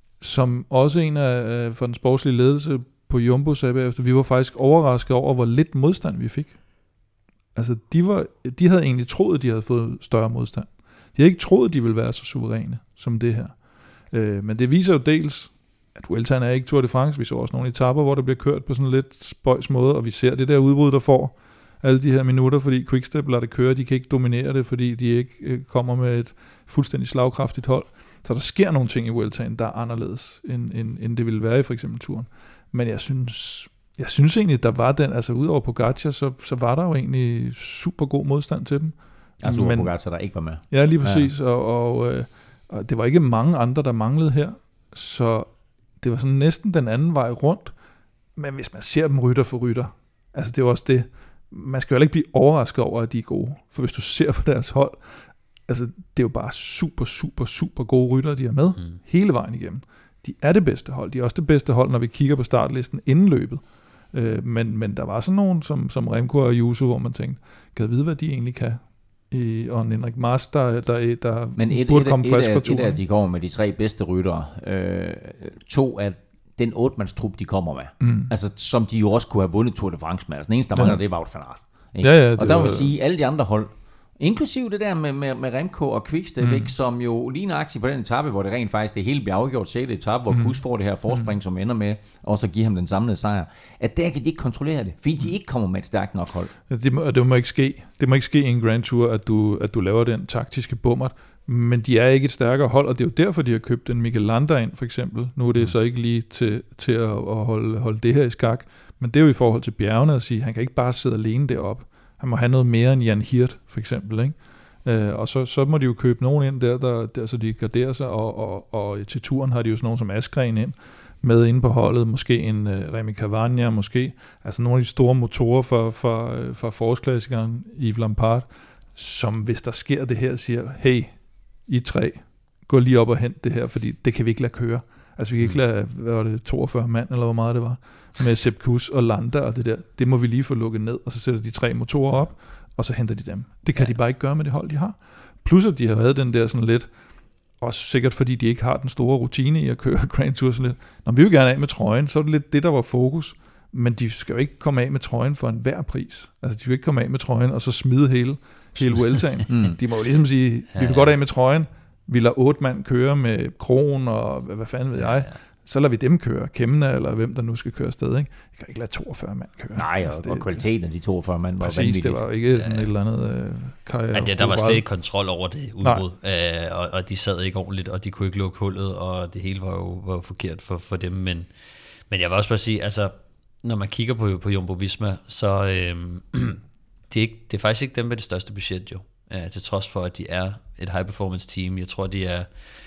Speaker 3: som også en af for den sportslige ledelse på Jumbo sagde bagefter, vi var faktisk overrasket over, hvor lidt modstand vi fik. Altså, de, var, de havde egentlig troet, at de havde fået større modstand. De havde ikke troet, at de ville være så suveræne som det her. Øh, men det viser jo dels, at Vueltaen er ikke Tour de France. Vi så også nogle etaper, hvor der bliver kørt på sådan en lidt spøjs måde, og vi ser det der udbrud, der får alle de her minutter, fordi Quickstep lader det køre, de kan ikke dominere det, fordi de ikke øh, kommer med et fuldstændig slagkraftigt hold. Så der sker nogle ting i Vueltaen, der er anderledes, end, end, end det ville være i for eksempel turen. Men jeg synes, jeg synes egentlig, der var den, altså udover Pogacar, så, så var der jo egentlig super god modstand til dem.
Speaker 2: Altså udover Pogacar, der ikke var med.
Speaker 3: Ja, lige præcis, ja. Og, og, øh, og det var ikke mange andre, der manglede her, så det var sådan næsten den anden vej rundt. Men hvis man ser dem rytter for rytter, altså det er også det, man skal jo ikke blive overrasket over, at de er gode. For hvis du ser på deres hold, altså det er jo bare super, super, super gode ryttere, de er med, mm. hele vejen igennem. De er det bedste hold. De er også det bedste hold, når vi kigger på startlisten inden løbet. Øh, men, men der var sådan nogen, som, som Remco og Ayuso, hvor man tænkte, kan jeg vide, hvad de egentlig kan? I, og en Enric Mas, der, der, der
Speaker 2: men et,
Speaker 3: burde
Speaker 2: et,
Speaker 3: komme
Speaker 2: et,
Speaker 3: frisk
Speaker 2: et,
Speaker 3: fra turen.
Speaker 2: Et af de kommer med de tre bedste ryttere. Øh, to af den otte-mandstrup, de kommer med. Mm. Altså, som de jo også kunne have vundet Tour de France med. Altså, den eneste, der mangler, ja. det er Wout van Aert.
Speaker 3: Ja, ja,
Speaker 2: og der
Speaker 3: var...
Speaker 2: vil sige, alle de andre hold, inklusiv det der med, med, med Remco og Quickstep, mm. som jo lige nøjagtigt på den etape, hvor det rent faktisk det hele bliver afgjort, sjette etape, hvor mm. Kuss får det her forspring, mm. som ender med også at give ham den samlede sejr, at der kan de ikke kontrollere det, fordi de ikke kommer med et stærkt nok hold.
Speaker 3: Ja, det, må, det må ikke ske. Det må ikke ske i en Grand Tour, at du, at du laver den taktiske bummert, men de er ikke et stærkere hold, og det er jo derfor, de har købt en Mikel Landa ind, for eksempel. Nu er det mm. så ikke lige til, til at holde, holde det her i skak, men det er jo i forhold til bjergene at sige, han kan ikke bare sidde alene deroppe. Han må have noget mere end Jan Hirt, for eksempel, ikke? Øh, og så, så må de jo købe nogen ind der, der, der så de garderer sig, og, og, og til turen har de jo sådan nogen som Askren ind, med inde på holdet, måske en uh, Remy Cavagna, måske, altså nogle af de store motorer for, for, for forårsklassikeren Yves Lampard, som hvis der sker det her, siger, hey, I tre, gå lige op og hent det her, fordi det kan vi ikke lade køre. Altså vi kan ikke lade, hvad var det, toogfyrre mand, eller hvor meget det var, med Sepp Kuss og Landa og det der, det må vi lige få lukket ned, og så sætter de tre motorer op, og så henter de dem. Det kan ja. de bare ikke gøre med det hold, de har. Plus at de har været den der sådan lidt, også sikkert fordi de ikke har den store rutine i at køre Grand Tour sådan lidt. Når vi vil gerne af med trøjen, så er det lidt det, der var fokus. Men de skal jo ikke komme af med trøjen for enhver pris. Altså de vil ikke komme af med trøjen, og så smide hele, hele Vueltaen. mm. De må jo ligesom sige, vi vil ja, ja. godt af med trøjen, vi lader otte mand køre med Kron, og hvad, hvad fanden ved jeg, ja, ja. så lader vi dem køre, Kemna, eller hvem der nu skal køre afsted, ikke? Jeg kan ikke lade toogfyrre mand køre.
Speaker 2: Nej, og, altså, det, og kvaliteten af de toogfyrre mand var
Speaker 3: præcis, det var jo ikke sådan ja. et eller andet... Øh,
Speaker 4: karriere, men det, der var slet ikke kontrol over det udbrud, øh, og, og de sad ikke ordentligt, og de kunne ikke lukke hullet, og det hele var jo var forkert for, for dem, men, men jeg vil også bare sige, altså, når man kigger på, på Jumbo Visma, så øh, det, er ikke, det er faktisk ikke dem med det største budget, jo. Uh, til trods for, at de er et high-performance team. Jeg tror, de er...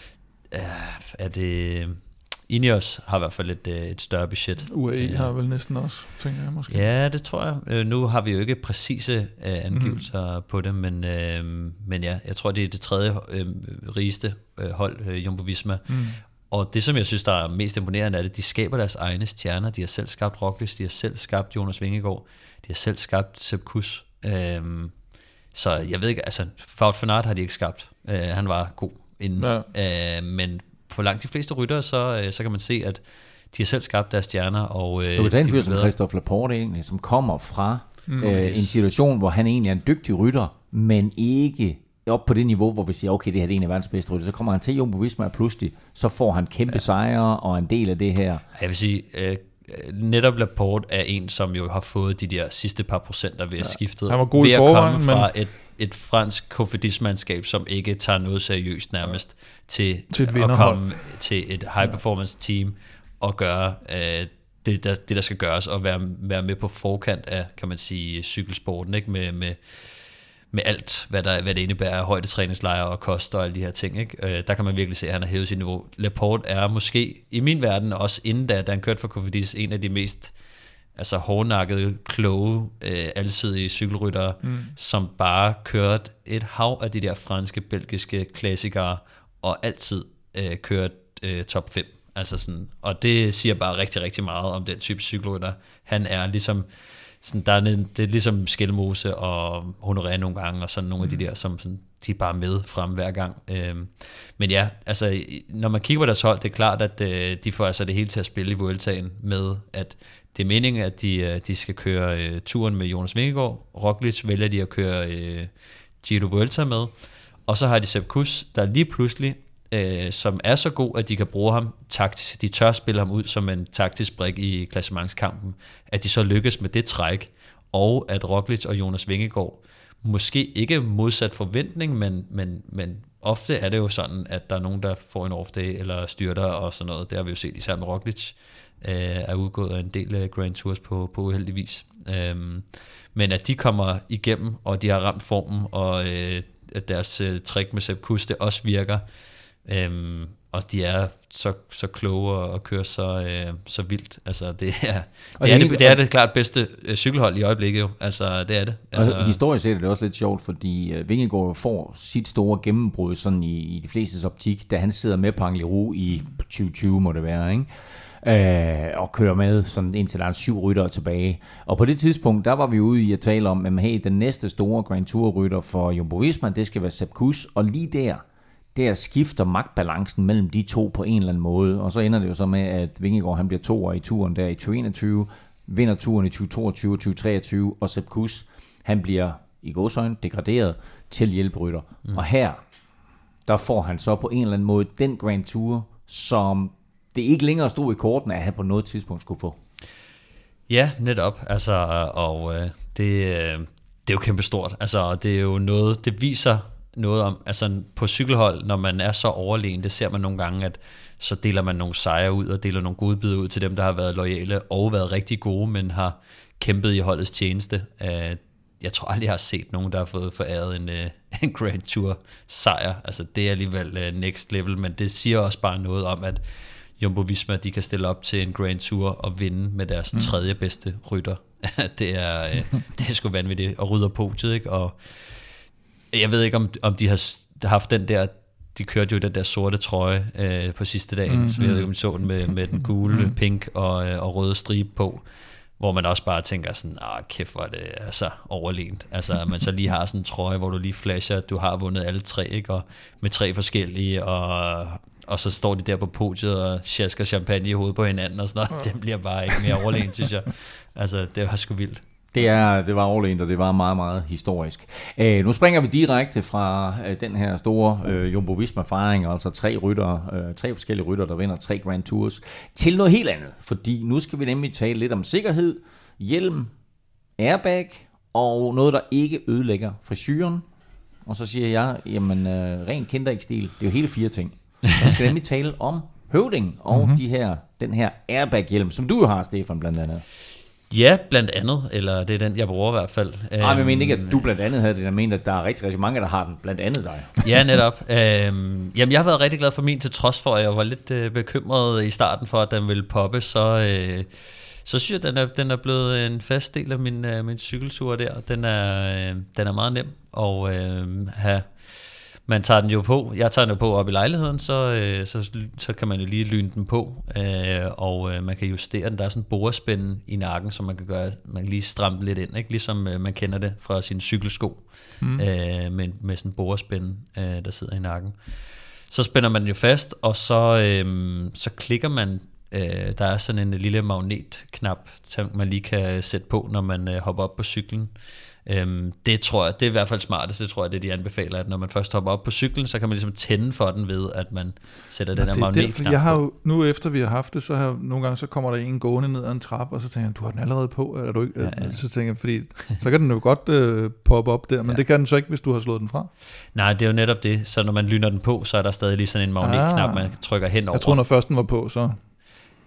Speaker 4: Uh, er det... Ineos har i hvert fald et, et større budget.
Speaker 3: U A E uh, har vel næsten også, tænker jeg måske.
Speaker 4: Ja, det tror jeg. Uh, nu har vi jo ikke præcise uh, angivelser mm. på det, men, uh, men ja, jeg tror, det er det tredje uh, rigeste uh, hold, uh, Jumbo Visma. Mm. Og det, som jeg synes, der er mest imponerende, er det, de skaber deres egne stjerner. De har selv skabt Roglic, de har selv skabt Jonas Vingegaard, de har selv skabt Sepp Kuss. Uh, Så jeg ved ikke, altså Wout van Aert har de ikke skabt. Uh, han var god inden. Ja. Uh, men for langt de fleste ryttere, så, uh, så kan man se, at de har selv skabt deres stjerner. Og, uh,
Speaker 2: du kan tage en fyr som Christophe Laporte egentlig, som kommer fra mm. uh, en situation, hvor han egentlig er en dygtig rytter, men ikke op på det niveau, hvor vi siger, okay, det her er en af verdens bedste rytter. Så kommer han til Jumbo Visma, og pludselig så får han kæmpe ja. sejre og en del af det her.
Speaker 4: Jeg vil sige... Uh, netop Laporte er en, som jo har fået de der sidste par procenter ved at ja. skifte.
Speaker 3: Han var god
Speaker 4: ved
Speaker 3: i
Speaker 4: at
Speaker 3: forvejen,
Speaker 4: komme fra men... et, et fransk Cofidis-mandskab, som ikke tager noget seriøst nærmest, ja. til, til at komme til et high-performance team, at gøre øh, det, der, det, der skal gøres, og være, være med på forkant af, kan man sige, cykelsporten, ikke? Med, med, med alt, hvad, der, hvad det indebærer af højdetræningslejre og kost og alle de her ting. Ikke? Øh, der kan man virkelig se, at han har hævet sit niveau. Laporte er måske, i min verden, også inden da, da han kørte for Cofidis, en af de mest altså hårdnakkede, kloge, øh, alsidige cykelryttere, mm. som bare kørte et hav af de der franske, belgiske klassikere, og altid øh, kørte øh, top fem. Altså sådan, og det siger bare rigtig, rigtig meget om den type cykelrytter. Han er ligesom, sådan, der er, det er ligesom Skelmose og Honoré nogle gange, og sådan nogle mm. af de der, som sådan, de er bare med frem hver gang. Øhm, men ja, altså, når man kigger på deres hold, det er klart, at øh, de får altså det hele til at spille i Vueltaen med, at det er meningen, at de, de skal køre øh, turen med Jonas Vingegaard. Roglic vælger de at køre øh, Giro Vuelta med. Og så har de Sepp Kuss, der lige pludselig, øh, som er så god, at de kan bruge ham taktisk. De tør spille ham ud som en taktisk brik i klassementskampen. At de så lykkes med det træk, og at Roglic og Jonas Vingegaard, måske ikke modsat forventning, men, men, men ofte er det jo sådan, at der er nogen, der får en off-day eller styrter og sådan noget. Det har vi jo set især med Roglic. Er udgået af en del af Grand Tours på, på uheldig vis. Øhm, men at de kommer igennem, og de har ramt formen, og øh, at deres øh, trick med Sepp Kuss, det også virker. Øhm, og de er så, så kloge og kører så, øh, så vildt. Altså, det er det, det, er, det, det, er det klart bedste øh, cykelhold i øjeblikket jo. Altså, det er det. Altså,
Speaker 2: og historisk set er det også lidt sjovt, fordi øh, Vingegaard får sit store gennembrud sådan i, i de flestes optik, da han sidder med på Angliru i tyve tyve, må det være, ikke? Øh, og kører med sådan indtil der er syv ryttere tilbage. Og på det tidspunkt, der var vi ude i at tale om, at hey, den næste store Grand Tour rytter for Jumbo-Visma, det skal være Sepp Kuss, og lige der, der skifter magtbalancen mellem de to på en eller anden måde, og så ender det jo så med, at Vingegaard han bliver toer i turen der i tyve enogtyve, vinder turen i tyve toogtyve og tyve treogtyve, og Sepp Kuss, han bliver i gåseøjne degraderet til hjælperytter. Mm. Og her, der får han så på en eller anden måde den Grand Tour, som det ikke længere stod i korten, at han på noget tidspunkt skulle få.
Speaker 4: Ja, netop. Altså, og øh, det, øh, det er jo kæmpestort. Altså, det er jo noget, det viser noget om, altså på cykelhold, når man er så overlegen, det ser man nogle gange, at så deler man nogle sejre ud, og deler nogle godbidder ud til dem, der har været loyale og været rigtig gode, men har kæmpet i holdets tjeneste. Jeg tror aldrig, jeg har set nogen, der har fået foræret en, en Grand Tour sejr. Altså, det er alligevel next level, men det siger også bare noget om, at Jumbo-Visma, de kan stille op til en Grand Tour og vinde med deres mm. tredje bedste rytter. det, er, det er sgu vanvittigt at rydde podiet, ikke? Og jeg ved ikke, om, om de har haft den der, de kørte jo den der sorte trøje øh, på sidste dagen, mm, så jeg ved ikke, om de så den med, med den gule, mm. pink og, og røde stribe på, hvor man også bare tænker sådan, ah, kæft, hvor er det altså overlegent. Altså, man så lige har sådan en trøje, hvor du lige flasher, at du har vundet alle tre, ikke? Og med tre forskellige, og, og så står de der på podiet og sjasker champagne i hovedet på hinanden og sådan noget. Det bliver bare ikke mere overlegent, synes jeg. Altså, det var sgu vildt.
Speaker 2: Det, er, det var overlegent, og det var meget, meget historisk. Æh, nu springer vi direkte fra øh, den her store øh, Jumbo-Visma-fejring, altså tre ryttere, øh, tre forskellige ryttere, der vinder tre Grand Tours, til noget helt andet. Fordi nu skal vi nemlig tale lidt om sikkerhed, hjelm, airbag og noget, der ikke ødelægger frisyren. Og så siger jeg, jamen øh, ren kinderægstil, det er jo hele fire ting. Vi skal nemlig tale om høvding og mm-hmm. de her, den her airbag-hjelm, som du jo har, Stefan, blandt andet.
Speaker 4: Ja, blandt andet, eller det er den, jeg bruger i hvert fald.
Speaker 2: Nej, men jeg mener ikke, at du blandt andet havde det, jeg mener, at der er rigtig, rigtig mange, der har den, blandt andet dig.
Speaker 4: Ja, netop. Øhm, jamen, jeg har været rigtig glad for min, til trods for, at jeg var lidt øh, bekymret i starten for, at den ville poppe, så, øh, så synes jeg, at den er, den er blevet en fast del af min, øh, min cykeltur der. Den er, øh, den er meget nem at øh, have. Man tager den jo på, jeg tager den jo på op i lejligheden, så, øh, så, så kan man jo lige lyne den på, øh, og øh, man kan justere den. Der er sådan en borespænde i nakken, som man kan gøre, man kan lige stramme lidt ind, ikke? Ligesom øh, man kender det fra sin cykelsko, mm. øh, med, med sådan en borespænde, øh, der sidder i nakken. Så spænder man den jo fast, og så, øh, så klikker man, øh, der er sådan en lille magnetknap, som man lige kan sætte på, når man øh, hopper op på cyklen. Øhm, det tror jeg, det er i hvert fald smartest. Det tror jeg, det de anbefaler, at når man først hopper op på cyklen, så kan man ligesom tænde for den ved, at man sætter den her magnetknap.
Speaker 3: Jeg har jo, nu efter vi har haft det, så har nogle gange, så kommer der en gående ned ad en trappe, og så tænker jeg, du har den allerede på, er du ikke? Ja, ja. Så tænker jeg, fordi så kan den jo godt øh, poppe op der, men ja. Det kan den så ikke, hvis du har slået den fra.
Speaker 4: Nej, det er jo netop det. Så når man lyner den på, så er der stadig lige sådan en magnetknap, ah. man trykker hen over.
Speaker 3: Jeg tror, når først den var på, så...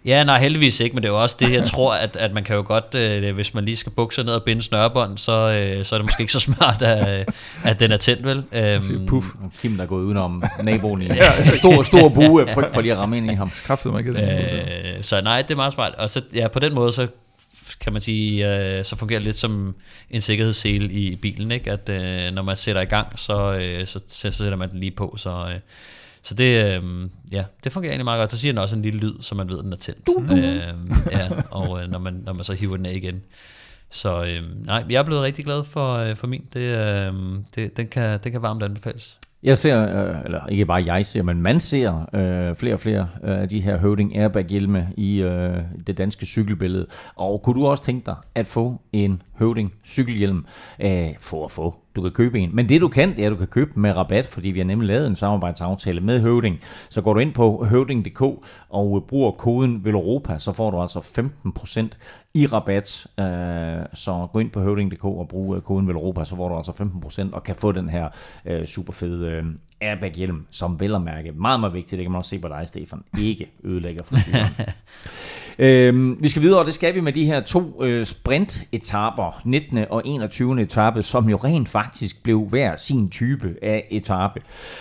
Speaker 4: Ja, nej, heldigvis ikke, men det er jo også det, jeg tror, at, at man kan jo godt, øh, hvis man lige skal bukke sig ned og binde snørebånd, så, øh, så er det måske ikke så smart, at, at den er tændt, vel? Øhm,
Speaker 2: Puff, Kim, der er gået udenom naboen i en stor, stor bue, frygt for lige at ramme ind i ham.
Speaker 3: Skræftede mig ikke.
Speaker 4: Øh, så nej, det er meget smart. Og så, ja, på den måde, så kan man sige, øh, så fungerer det lidt som en sikkerhedssele i bilen, ikke? At øh, når man sætter i gang, så, øh, så, så sætter man den lige på, så... Øh, Så det, øh, ja, det fungerer egentlig meget godt. Så siger den også en lille lyd, så man ved, at den er tændt. Øh, ja, og øh, når, man, når man så hiver den af igen. Så øh, nej, jeg er blevet rigtig glad for, øh, for min. Det, øh, det, den, kan, den kan varmt anbefales.
Speaker 2: Jeg ser, øh, eller ikke bare jeg ser, men man ser øh, flere og flere af øh, de her Høvding Airbag-hjelme i øh, det danske cykelbillede. Og kunne du også tænke dig at få en Høvding cykelhjelm? Øh, få at få. Du kan købe en. Men det du kan, det er, at du kan købe med rabat, fordi vi har nemlig lavet en samarbejdsaftale med Høvding. Så går du ind på høvding punktum d k og bruger koden VELOROPA, så får du altså femten procent i rabat. Så gå ind på høvding punktum d k og brug koden VELOROPA, så får du altså femten procent og kan få den her super fede airbag-hjelm, som vel at mærke. Meget, meget vigtigt, det kan man også se på dig, Stefan. Ikke ødelægger for øhm, Vi skal videre, og det skal vi med de her to øh, sprint-etaper, nittende og enogtyvende etape, som jo rent faktisk blev hver sin type af etape.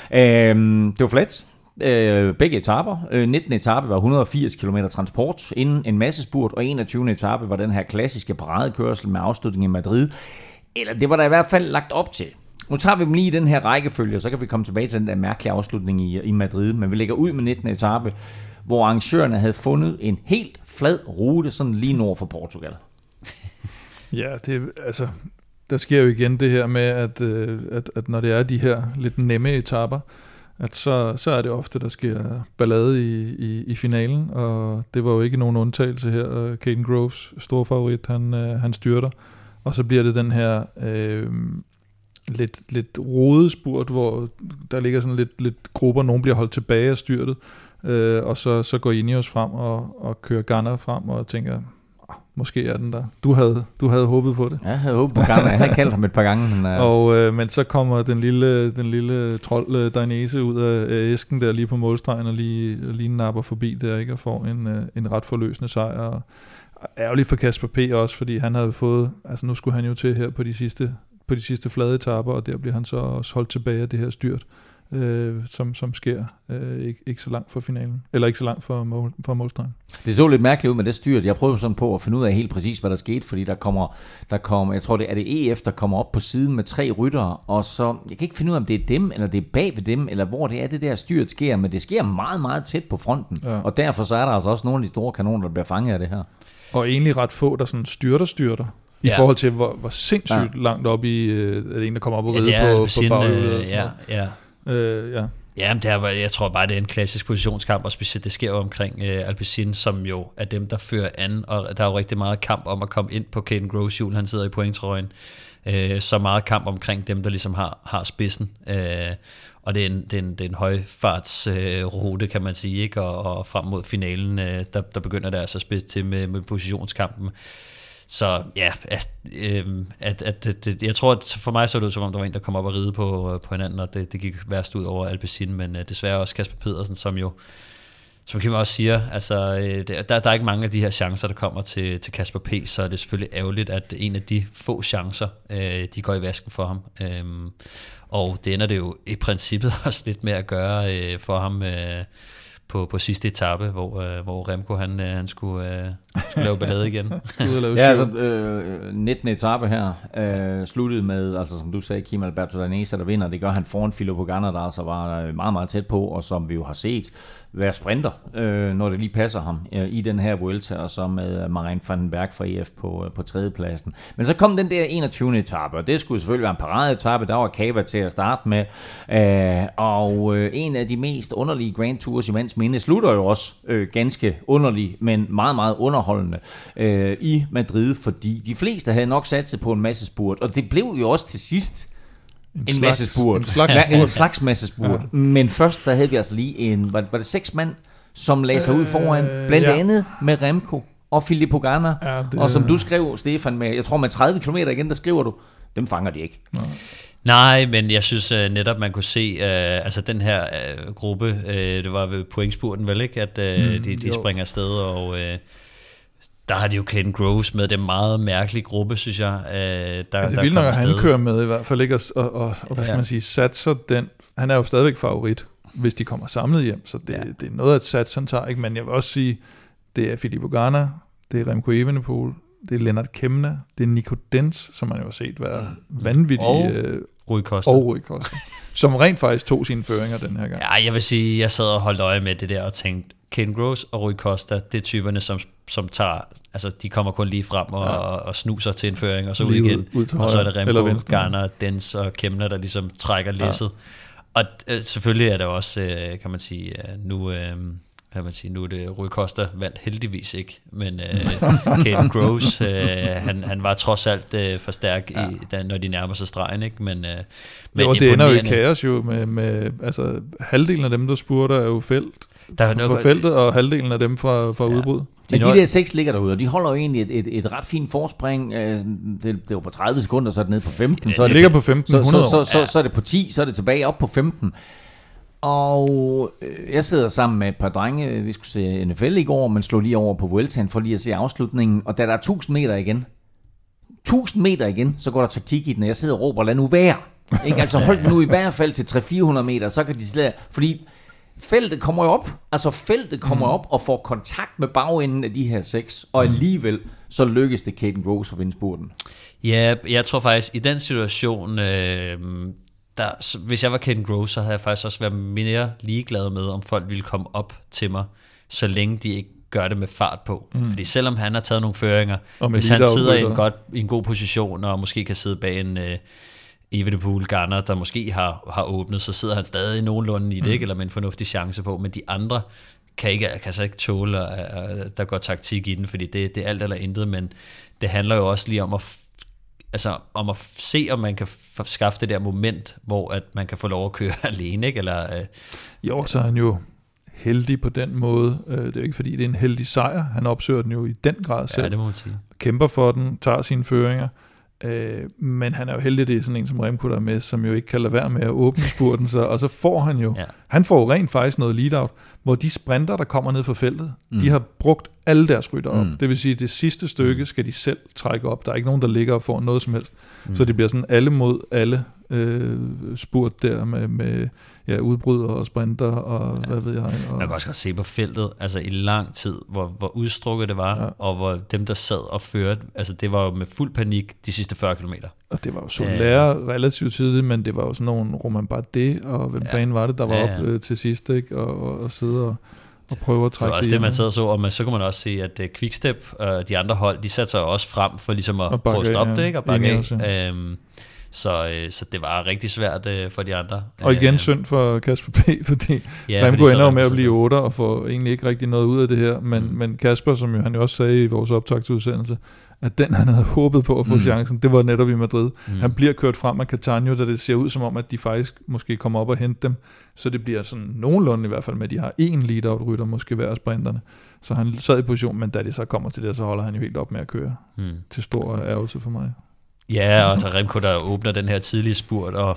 Speaker 2: Øhm, det var flat. Øh, begge etaper. Øh, nittende etape var et hundrede og firs kilometer transport inden en massespurt, og enogtyvende etape var den her klassiske paradekørsel med afslutning i Madrid. Eller det var der i hvert fald lagt op til. Nu tager vi dem lige i den her rækkefølge, så kan vi komme tilbage til den der mærkelige afslutning i, i Madrid. Men vi lægger ud med nittende etape, hvor arrangørerne havde fundet en helt flad rute, sådan lige nord for Portugal.
Speaker 3: Ja, det altså, der sker jo igen det her med, at, at, at når det er de her lidt nemme etaper, at så, så er det ofte, der sker ballade i, i, i finalen, og det var jo ikke nogen undtagelse her. Caden Groves, stor favorit, han, han styrter, og så bliver det den her... Øh, lidt, lidt rodespurt, hvor der ligger sådan lidt, lidt grupper, nogen bliver holdt tilbage af styrtet, øh, og så, så går Ineos frem og, og kører Ganna frem og tænker, ah, måske er den der. Du havde, du havde håbet på det.
Speaker 2: Ja, jeg havde håbet på Ganna. Jeg havde kaldt ham et par gange. Men, uh...
Speaker 3: og, øh, men så kommer den lille, den lille trold uh, Dainese ud af uh, æsken der lige på målstregen og lige, lige napper forbi der, ikke, og får en, uh, en ret forløsende sejr. Og ærgerligt for Kasper P. også, fordi han havde fået, altså nu skulle han jo til her på de sidste på de sidste flade etaper, og der bliver han så også holdt tilbage af det her styrt, øh, som, som sker øh, ikke, ikke så langt fra finalen, eller ikke så langt fra, mål, fra målstregen.
Speaker 2: Det så lidt mærkeligt ud med det styrt. Jeg prøvede sådan på at finde ud af helt præcis, hvad der skete, fordi der kommer, der kommer jeg tror det er det E F, der kommer op på siden med tre ryttere, og så, jeg kan ikke finde ud af, om det er dem, eller det er bag ved dem, eller hvor det er, det der styrt sker, men det sker meget, meget tæt på fronten, ja. Og derfor så er der altså også nogle af de store kanoner, der bliver fanget af det her.
Speaker 3: Og egentlig ret få, der sådan styrter, styrter. I ja. forhold til, hvor, hvor sindssygt ja. langt op i, øh, en, der kommer op og ride ja, på, på baghjulet.
Speaker 4: Øh, ja, ja.
Speaker 3: Øh, ja.
Speaker 4: Ja, men det er, jeg tror bare, det er en klassisk positionskamp, og specielt det sker jo omkring øh, Alpecin, som jo er dem, der fører an, og der er jo rigtig meget kamp om at komme ind på Caden Groves hjul, han sidder i pointtrøjen, øh, så meget kamp omkring dem, der ligesom har, har spidsen, øh, og det er en, det er en, det er en højfartsrute, øh, kan man sige, ikke? Og, og frem mod finalen, øh, der, der begynder det altså at spidse til med, med positionskampen. Så ja, at, øh, at, at, at, jeg tror, at for mig så er det ud, som om der var en, der kom op og ride på, på hinanden, og det, det gik værst ud over Alpecin, men øh, desværre også Kasper Pedersen, som jo, som Kim også siger, altså, øh, der, der er ikke mange af de her chancer, der kommer til, til Kasper P., så er det selvfølgelig ærgerligt, at en af de få chancer, øh, de går i vasken for ham. Øh, og det ender det jo i princippet også lidt med at gøre øh, for ham, øh, På, på sidste etape, hvor, øh, hvor Remco han, øh, han skulle, øh, skulle lave ballade igen.
Speaker 2: Ja, altså øh, nittende etape her øh, sluttede med, altså som du sagde, Kim Alberto Dainese, der vinder. Det gør han foran Filippo Ganna, der altså var meget, meget tæt på, og som vi jo har set være sprinter, øh, når det lige passer ham øh, i den her Vuelta, og så med Marijn van den Berg fra E F på, øh, på tredjepladsen. Men så kom den der enogtyvende etape, og det skulle selvfølgelig være en paradeetape. Der var Cava til at starte med, øh, og øh, en af de mest underlige Grand Tours i mands minde slutter jo også øh, ganske underlig, men meget, meget underholdende øh, i Madrid, fordi de fleste havde nok sat sig på en masse spurt, og det blev jo også til sidst en, en masse spurt. En slags spurt. Ja, en slags masse spurt. Ja. Men først, der havde vi altså lige en, var det, var det seks mand, som lagde sig ud foran, blandt ja. andet med Remco og Filippo Ganna, ja, det... og som du skrev, Stefan, med, jeg tror med tredive kilometer igen, der skriver du, dem fanger de ikke. Nej.
Speaker 4: Nej, men jeg synes uh, netop, man kunne se, uh, altså den her uh, gruppe, uh, det var ved pointspurten vel ikke, at uh, mm, de, de springer afsted, og uh, der har de jo Caden Groves med, det er en meget mærkelig gruppe, synes jeg. Uh, der,
Speaker 3: ja, det er vildt nok, at han kører med i hvert fald ikke, og, og, og, og hvad skal ja. man sige, satser den, han er jo stadigvæk favorit, hvis de kommer samlet hjem, så det, ja. det er noget, at sats han tager, ikke? Men jeg vil også sige, det er Filippo Ganna, det er Remco Evenepoel, det er Lennart Kemna, det er Nico Denz, som man jo har set være mm. vanvittig,
Speaker 4: og øh, Rui Costa,
Speaker 3: og Rui Costa som rent faktisk tog sine føringer den her gang.
Speaker 4: Ja, jeg vil sige, jeg sad og holdt øje med det der og tænkte, Caden Groves og Rui Costa, det er typerne, som, som tager, altså de kommer kun lige frem og, ja. og, og snuser til en føring, og så ud igen, ud, ud og så er det Remco, Ganna, Denz og Kemna, der ligesom trækker læsset. Ja. Og øh, selvfølgelig er det også, øh, kan man sige, øh, nu... Øh, kan man sige, nu er det Rui Costa vandt heldigvis ikke, men øh, Caden Groves, øh, han, han var trods alt øh, for stærk, ja. i, da, når de nærmer sig stregen, ikke? Men, øh, men
Speaker 3: jo, det ender jo i kaos jo, med, med altså, halvdelen af dem, der spurter, er jo felt der er noget, for feltet, og halvdelen af dem fra, fra ja. udbrud.
Speaker 2: Men de der seks ligger derude, og de holder jo egentlig et, et, et ret fint forspring. Det, det var på tredive sekunder, så er det nede på femten. Så
Speaker 3: det,
Speaker 2: det
Speaker 3: ligger på femten,
Speaker 2: så, så, så, så, så er det på ti, så er det tilbage op på femten. Og øh, jeg sidder sammen med et par drenge, vi skulle se N F L i går, men slog lige over på Vueltaen for lige at se afslutningen, og da der er tusind meter igen, tusind meter igen, så går der taktik i den, og jeg sidder og råber, lad nu være. Ikke? Altså hold nu i hvert fald til tre til fire hundrede meter, så kan de slet, fordi feltet kommer jo op, altså feltet kommer mm. op og får kontakt med bagenden af de her seks, og alligevel så lykkes det Caden Groves at vinde spurten.
Speaker 4: Ja, jeg tror faktisk, i den situation... Øh Der, hvis jeg var Caden Groves, så havde jeg faktisk også været mere ligeglad med, om folk ville komme op til mig, så længe de ikke gør det med fart på. Mm. Fordi selvom han har taget nogle føringer, hvis han sidder i en, godt, i en god position, og måske kan sidde bag en uh, Evenepoel Ganna, der måske har, har åbnet, så sidder han stadig nogenlunde i det, mm. ikke? Eller med en fornuftig chance på. Men de andre kan, ikke, kan så ikke tåle, at der går taktik i den, fordi det, det er alt eller intet, men det handler jo også lige om at altså om at se, om man kan skaffe det der moment, hvor at man kan få lov at køre alene, ikke? Eller, øh,
Speaker 3: jo, så er han jo heldig på den måde. Det er ikke fordi, det er en heldig sejr. Han opsøger den jo i den grad selv.
Speaker 4: Ja, det må man sige.
Speaker 3: Kæmper for den, tager sine føringer. Øh, men han er jo heldig, det er sådan en som Remco, der er med, som jo ikke kan lade være med at åbne spurten, så, og så får han jo, ja. han får jo rent faktisk noget lead-out, hvor de sprinter, der kommer ned fra feltet, mm. de har brugt alle deres rytter op. Mm. Det vil sige, det sidste stykke skal de selv trække op. Der er ikke nogen, der ligger og får noget som helst. Mm. Så det bliver sådan alle mod alle øh, spurt der med, med ja, udbrud og sprinter og ja. hvad ved jeg. Og
Speaker 4: man kan også godt se på feltet, altså i lang tid, hvor, hvor udstrukket det var, ja. og hvor dem, der sad og førte, altså det var jo med fuld panik de sidste fyrre kilometer.
Speaker 3: Og det var jo så lærer relativt tidligt, men det var jo sådan nogle Romain Bardet, og hvem ja. fanden var det, der var ja, ja. op øh, til sidst, ikke? Og, og, og sidde og, og prøve at trække det.
Speaker 4: Det var også det, man sad og så, og man, så kunne man også se, at uh, Quickstep og de andre hold, de satte sig også frem for ligesom at prøve at stoppe ja. det, ikke? Og bakke af. Øhm, så, øh, så det var rigtig svært øh, for de andre.
Speaker 3: Og igen øh, synd for Kasper P, fordi ja, Remco ender jo med at blive otter og får egentlig ikke rigtig noget ud af det her, men, mm. men Kasper, som jo, han jo også sagde i vores optagsudsendelse, at den han havde håbet på at få mm. chancen, det var netop i Madrid. Mm. Han bliver kørt frem af Catania, da det ser ud som om, at de faktisk måske kommer op og hente dem, så det bliver sådan nogenlunde i hvert fald med, at de har én lead-out-rytter, måske hver af sprinterne. Så han sad i position, men da det så kommer til det, så holder han jo helt op med at køre. Mm. Til stor ærgelse for mig.
Speaker 4: Ja, og så Remco, der åbner den her tidlige spurt, og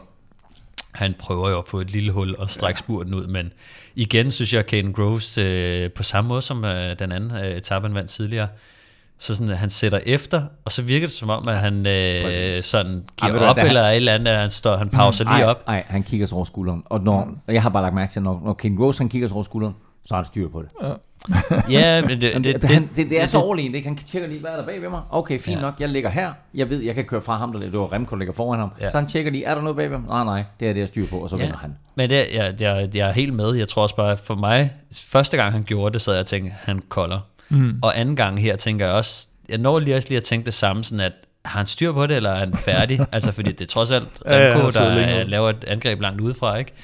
Speaker 4: han prøver jo at få et lille hul og strække spurten ud, men igen synes jeg, at Caden Groves øh, på samme måde som øh, den anden øh, etape, han vandt tidligere, så sådan, at han sætter efter, og så virker det som om, at han øh, sådan giver Ej, op, eller et eller andet, han, står, han pauser mm, lige op.
Speaker 2: Nej, han kigger sig over skulderen, og når, jeg har bare lagt mærke til, at når, når Caden Groves han kigger sig over skulderen, så har han styr på det. Ja.
Speaker 4: ja, men det, det,
Speaker 2: det, det, det, det er så overlegent, ikke? Han tjekker lige, hvad er der bag ved mig? Okay, fint ja. nok, jeg ligger her. Jeg ved, jeg kan køre fra ham, der det var Remco, der ligger foran ham. Ja. Så han tjekker lige, er der noget bag ved mig? Nej, nej, det er det, jeg styrer på, og så ja. vinder han.
Speaker 4: Men det, jeg, jeg, jeg er helt med. Jeg tror også bare, for mig, første gang han gjorde det, så jeg tænkte, han kolder. Mm. Og anden gang her, tænker jeg også, jeg når lige også lige at tænke det samme, sådan at har han styr på det, eller er han færdig? Altså, fordi det er trods alt Remco, ja, ja, der laver et angreb langt udefra, ikke?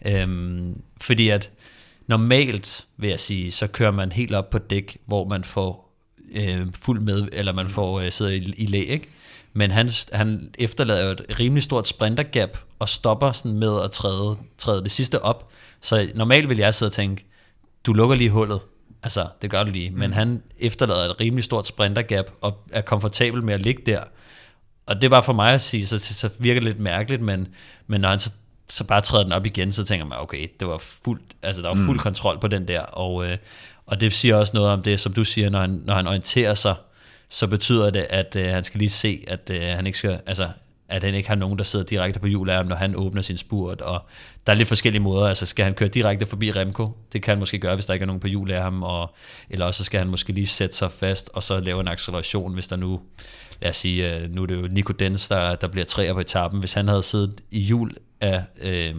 Speaker 4: Øhm, fordi at normalt, vil jeg sige, så kører man helt op på dæk, hvor man får øh, fuld med, eller man får øh, sidder i, i læ, ikke? Men han, han efterlader jo et rimelig stort sprintergap, og stopper sådan med at træde, træde det sidste op. Så normalt vil jeg sidde og tænke, du lukker lige hullet. Altså, det gør du lige. Men mm. han efterlader et rimelig stort sprintergap, og er komfortabel med at ligge der. og det er bare for mig at sige, så, så virker det lidt mærkeligt, men, men når han så, så bare træder den op igen, så tænker man, okay, det var fuld, altså der var fuld mm. kontrol på den der, og, øh, og det siger også noget om det, som du siger, når han, når han orienterer sig, så betyder det, at øh, han skal lige se, at øh, han ikke skal, altså at han ikke har nogen, der sidder direkte på hjul af ham, når han åbner sin spurt, og der er lidt forskellige måder, altså skal han køre direkte forbi Remco, det kan han måske gøre, hvis der ikke er nogen på hjul af ham, og, eller også skal han måske lige sætte sig fast, og så lave en acceleration, hvis der nu, lad os sige, nu er det jo Nico Denz, der, der bliver treer på etappen, hvis han havde siddet i hjul af, øh,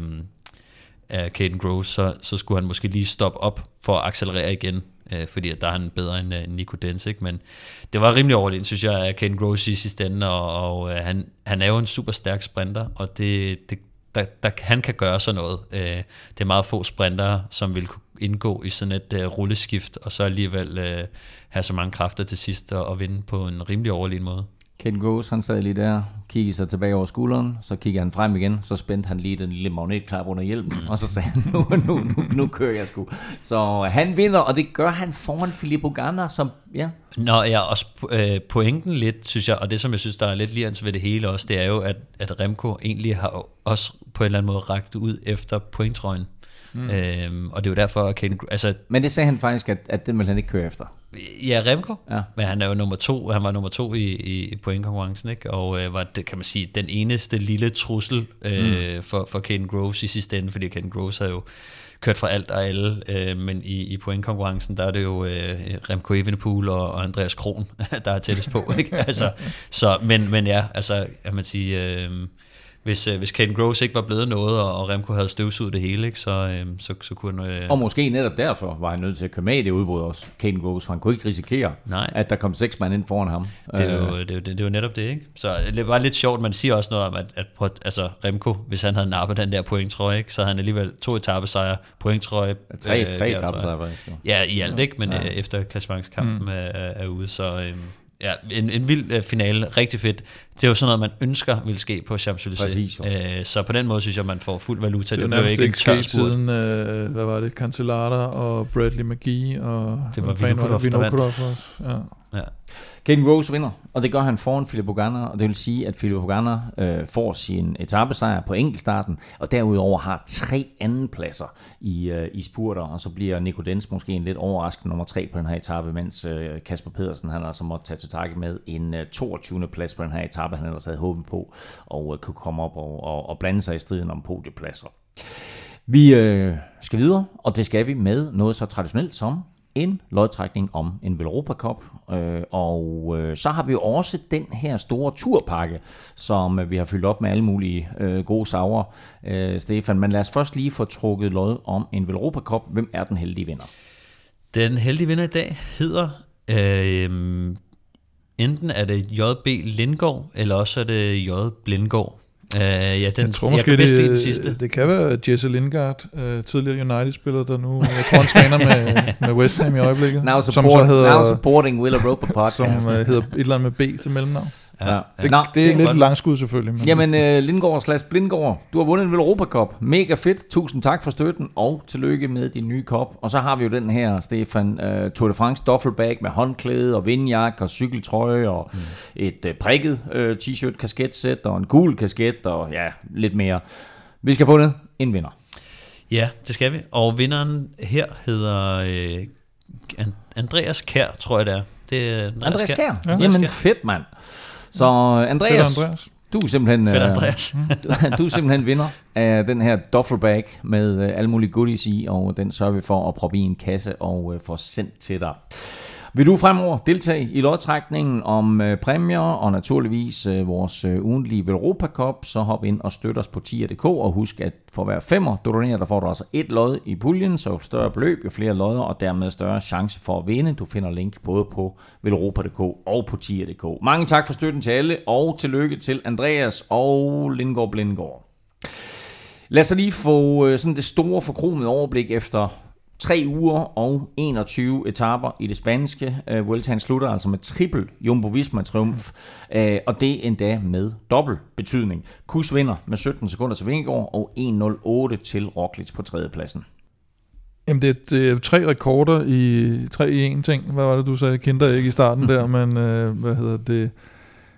Speaker 4: af Caden Groves, så, så skulle han måske lige stoppe op for at accelerere igen, øh, fordi at der er han bedre end uh, Nico Denz, ikke? Men det var rimelig overlegent, synes jeg, af Caden Groves i sidste ende, og, og uh, han, han er jo en super stærk sprinter, og det, det, der, der, han kan gøre sådan noget. Uh, det er meget få sprintere, som vil kunne indgå i sådan et uh, rulleskift, og så alligevel uh, have så mange kræfter til sidst, og, og vinde på en rimelig overlegen måde.
Speaker 2: Caden Groves, han sad lige der, kiggede sig tilbage over skulderen, så kiggede han frem igen, så spændte han lige den lille magnetklap under hjelmen, mm. og så sagde han, nu, nu, nu, nu kører jeg sgu. Så han vinder, og det gør han foran Filippo Ganna, som, ja.
Speaker 4: Nå, ja, også øh, pointen lidt, synes jeg, og det som jeg synes, der er lidt lirans ved det hele også, det er jo, at, at Remco egentlig har også på en eller anden måde rakt ud efter pointtrøjen. Mm. Øhm, og det er jo derfor, at Caden, altså,
Speaker 2: men det sagde han faktisk, at, at den vil han ikke køre efter.
Speaker 4: Ja, Remco,
Speaker 2: ja.
Speaker 4: Men han er jo nummer to, han var nummer to i, i pointkonkurrencen, ikke? Og øh, var, det, kan man sige, den eneste lille trussel øh, mm. for, for Caden Groves i sidste ende, fordi Caden Groves havde jo kørt fra alt og alle, øh, men i, i pointkonkurrencen, der er det jo øh, Remco Evenepoel og, og Andreas Kron, der er tættest på, ikke? Altså, så, men, men ja, altså, kan man sige, øh, hvis, øh, hvis Caden Groves ikke var blevet noget, og, og Remco havde støvsuget det hele, ikke, så, øh, så, så kunne han... Øh...
Speaker 2: Og måske netop derfor var han nødt til at køre med i det udbrud også, Caden Groves, for han kunne ikke risikere, Nej. at der kom seks mand ind foran ham.
Speaker 4: Det er jo, det er jo, det er jo netop det, ikke? Så det var lidt sjovt, man siger også noget om, at, at, at altså, Remco, hvis han havde nappet den der pointtrøje, ikke, så havde han alligevel to etapesejre, pointtrøje...
Speaker 2: Tre, øh, tre etapesejre faktisk.
Speaker 4: Ja, i alt, ikke? Men ja. øh, efter klassementskampen mm. er, er ude, så... Øh, Ja, en, en vild uh, finale, rigtig fedt. Det er jo sådan noget, man ønsker vil ske på Champs-Élysées. Uh, så på den måde synes jeg, man får fuld valuta.
Speaker 3: Det, det blev ikke en tør siden, uh, hvad var det, Cancellara og Bradley McGee og
Speaker 4: det var Vinokurov,
Speaker 3: der også. Ja.
Speaker 2: Ja. Caden Groves vinder, og det gør han foran Filippo Ganna, og det vil sige, at Filippo Ganna øh, får sin etapesejr på enkeltstarten, og derudover har tre andenpladser i, øh, i spurter, og så bliver Nico Denz måske en lidt overraskende nummer tre på den her etape, mens øh, Kasper Pedersen, han altså måtte tage til takke med en øh, toogtyvende plads på den her etape, han ellers havde håbet på, og øh, kunne komme op og, og, og blande sig i striden om podiepladser. Vi øh, skal videre, og det skal vi med noget så traditionelt som en lodtrækning om en Velropa Cup, øh, og øh, så har vi jo også den her store turpakke, som øh, vi har fyldt op med alle mulige øh, gode saurer, øh, Stefan. Men lad os først lige få trukket lod om en Velropa Cup. Hvem er den heldige vinder?
Speaker 4: Den heldige vinder i dag hedder øh, enten er det J B Lindgaard, eller også er det J Blindgaard. Uh, ja, den,
Speaker 3: jeg tror måske,
Speaker 4: jeg kan
Speaker 3: det,
Speaker 4: den sidste.
Speaker 3: det kan være Jesse Lingard, uh, tidligere United-spiller, der nu, jeg tror, han træner med, med West Ham i øjeblikket.
Speaker 2: Now, support, som så hedder, now supporting Velropa Podcast.
Speaker 3: Som uh, hedder et eller andet med B til mellemnavn.
Speaker 2: Ja. Ja.
Speaker 3: Det, Nå, det er det lidt godt. Langskud selvfølgelig. Men...
Speaker 2: Jamen, uh, Lindgaard slash Blindgaard, du har vundet en Velropa Cup. Mega fedt. Tusind tak for støtten, og tillykke med din nye kop. Og så har vi jo den her, Stefan, uh, Tour de France duffelbag med håndklæde og vindjakke og cykeltrøje og mm. et uh, prikket uh, t-shirt kasketsæt og en gul kasket og ja, lidt mere. Vi skal have fundet en vinder.
Speaker 4: Ja, det skal vi. Og vinderen her hedder uh, Andreas Kjær, tror jeg det er. Det er
Speaker 2: Andreas, Andreas Kjær. Ja. Jamen fedt, mand. Så Andreas, Andreas. Du, er simpelthen,
Speaker 4: Andreas.
Speaker 2: du, du er simpelthen vinder af den her duffelbag med alle mulige goodies i, og den sørger vi for at proppe i en kasse og få sendt til dig. Vil du fremover deltage i lodtrækningen om øh, præmier og naturligvis øh, vores øh, ugentlige Velropa Cup, så hop ind og støt os på tier punktum d k, og husk, at for hver femmer du donerer, der får du altså et lod i puljen, så større beløb, jo flere lodder, og dermed større chance for at vinde. Du finder link både på velropa punktum d k og på tier punktum d k. Mange tak for støtten til alle, og tillykke til Andreas og Lindgaard Blindgaard. Lad os lige få øh, sådan det store forkromede overblik efter tre uger og enogtyve etaper i det spanske. Uh, Vueltaen slutter altså med trippel Jumbo-Visma-triumf, uh, og det endda med dobbelt betydning. Kuss vinder med sytten sekunder til Vingegaard og en nul otte til Roglic på tredjepladsen.
Speaker 3: Jamen det, det er tre rekorder i tre i en ting. Hvad var det, du sagde? Jeg kendte ikke i starten der, men uh, hvad hedder det?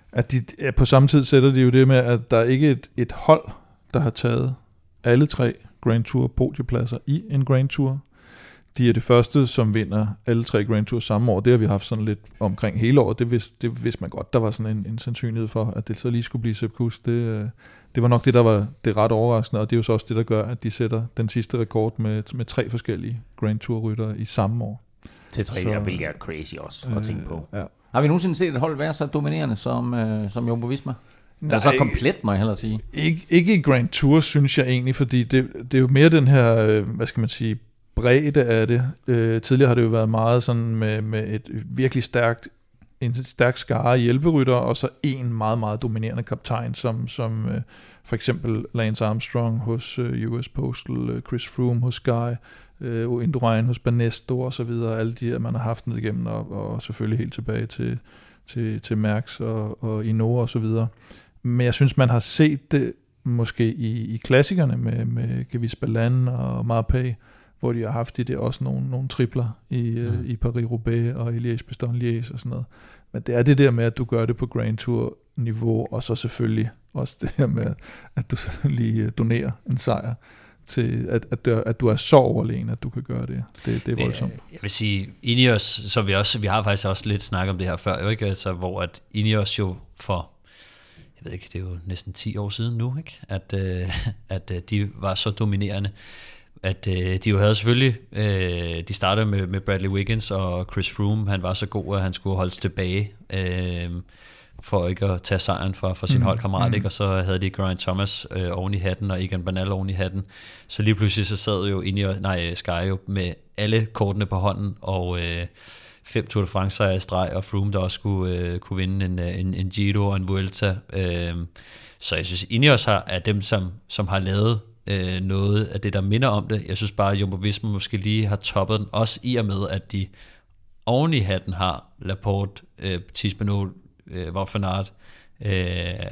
Speaker 3: at de ja, på samme tid sætter de jo det med, at der er ikke et, et hold, der har taget alle tre Grand Tour podiepladser i en Grand Tour. De er det første, som vinder alle tre Grand Tours samme år. Det har vi haft sådan lidt omkring hele året. Det vidste, det vidste man godt, der var sådan en, en sandsynlighed for, at det så lige skulle blive Sepp Kuss. Det, det var nok det, der var det ret overraskende, og det er jo så også det, der gør, at de sætter den sidste rekord med, med tre forskellige Grand Tour-ryttere i samme år.
Speaker 2: Til tre, så, hvilket er crazy også at øh, tænke på.
Speaker 3: Ja.
Speaker 2: Har vi nogensinde set et hold være så dominerende som, øh, som Jumbo Visma? Nej, altså komplet, må jeg hellere sige.
Speaker 3: Ikke, ikke i Grand Tour, synes jeg egentlig, fordi det, det er jo mere den her, hvad skal man sige, bredde af det. Øh, tidligere har det jo været meget sådan med, med et virkelig stærkt, en stærk skare hjælperytter, og så en meget, meget dominerende kaptajn, som, som øh, for eksempel Lance Armstrong hos øh, U S Postal, øh, Chris Froome hos Sky, øh, Indurain hos Banesto og så videre, alle de her, man har haft ned igennem, og, og selvfølgelig helt tilbage til, til, til Merckx og, og Innova og så videre. Men jeg synes, man har set det måske i, i klassikerne med, med Gewiss Balan og Marpay, hvor de har haft de der også nogle, nogle tripler i, mm. i Paris-Roubaix og i Liège-Bastogne-Liège og sådan noget. Men det er det der med, at du gør det på Grand Tour-niveau, og så selvfølgelig også det her med, at du lige donerer en sejr til, at, at, du, at du er så overlegen, at du kan gøre det. Det, det er voldsomt.
Speaker 4: Jeg vil sige, Ineos, så vi også, vi har faktisk også lidt snakket om det her før, jo ikke? Altså, hvor at Ineos jo for, jeg ved ikke, det er jo næsten ti år siden nu, ikke? At, øh, at de var så dominerende, at øh, de jo havde selvfølgelig, øh, de startede med, med Bradley Wiggins og Chris Froome, han var så god, at han skulle holdes tilbage øh, for ikke at tage sejren fra, fra sin mm. holdkammerat, mm. ikke? Og så havde de Geraint Thomas øh, oven i hatten, og Egan Bernal oven i hatten, så lige pludselig så sad jo Ineos, nej, Sky jo med alle kortene på hånden, og øh, fem Tour de France sejre i streg, og Froome der også skulle øh, kunne vinde en, en, en Giro og en Vuelta, øh, så jeg synes Ineos har, er dem, som, som har lavet noget af det, der minder om det. Jeg synes bare, at Jumbo Visma måske lige har toppet den, også i og med, at de oven i hatten har Laporte, øh, Thies Benoot, øh, Wout van Aert, øh,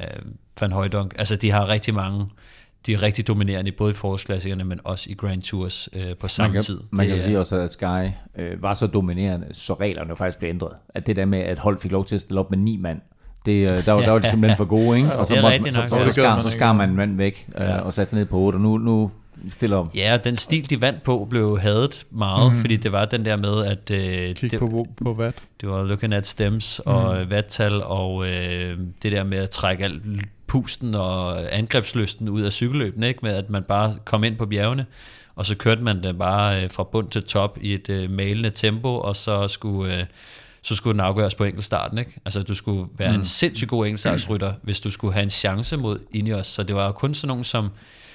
Speaker 4: Van Hooijdonk. Altså, de har rigtig mange, de er rigtig dominerende, både i forårsklassikerne, men også i Grand Tours øh, på samme
Speaker 2: man kan,
Speaker 4: tid.
Speaker 2: Man det kan er, sige også, at Sky øh, var så dominerende, så reglerne faktisk blev ændret. At det der med, at hold fik lov til at stille op med ni mand, Det, der, var, der var de simpelthen for gode, ikke? Og så, måtte, så, så, så, skar, så skar man en mand væk ja. øh, og satte ned på otte, og nu, nu stiller...
Speaker 4: Ja, den stil, de vandt på, blev hadet meget, mm. fordi det var den der med, at... Øh,
Speaker 3: Kig
Speaker 4: det,
Speaker 3: på, på watt.
Speaker 4: Det var looking at stems og mm. watttal, og øh, det der med at trække alt pusten og angrebslysten ud af cykelløbene, ikke? Med at man bare kom ind på bjergene, og så kørte man det bare øh, fra bund til top i et øh, malende tempo, og så skulle... Øh, så skulle den afgøres på enkeltstarten, ikke? Altså, du skulle være mm. en sindssygt god enkeltstartsrytter, hvis du skulle have en chance mod Ineos. Så det var kun sådan nogen som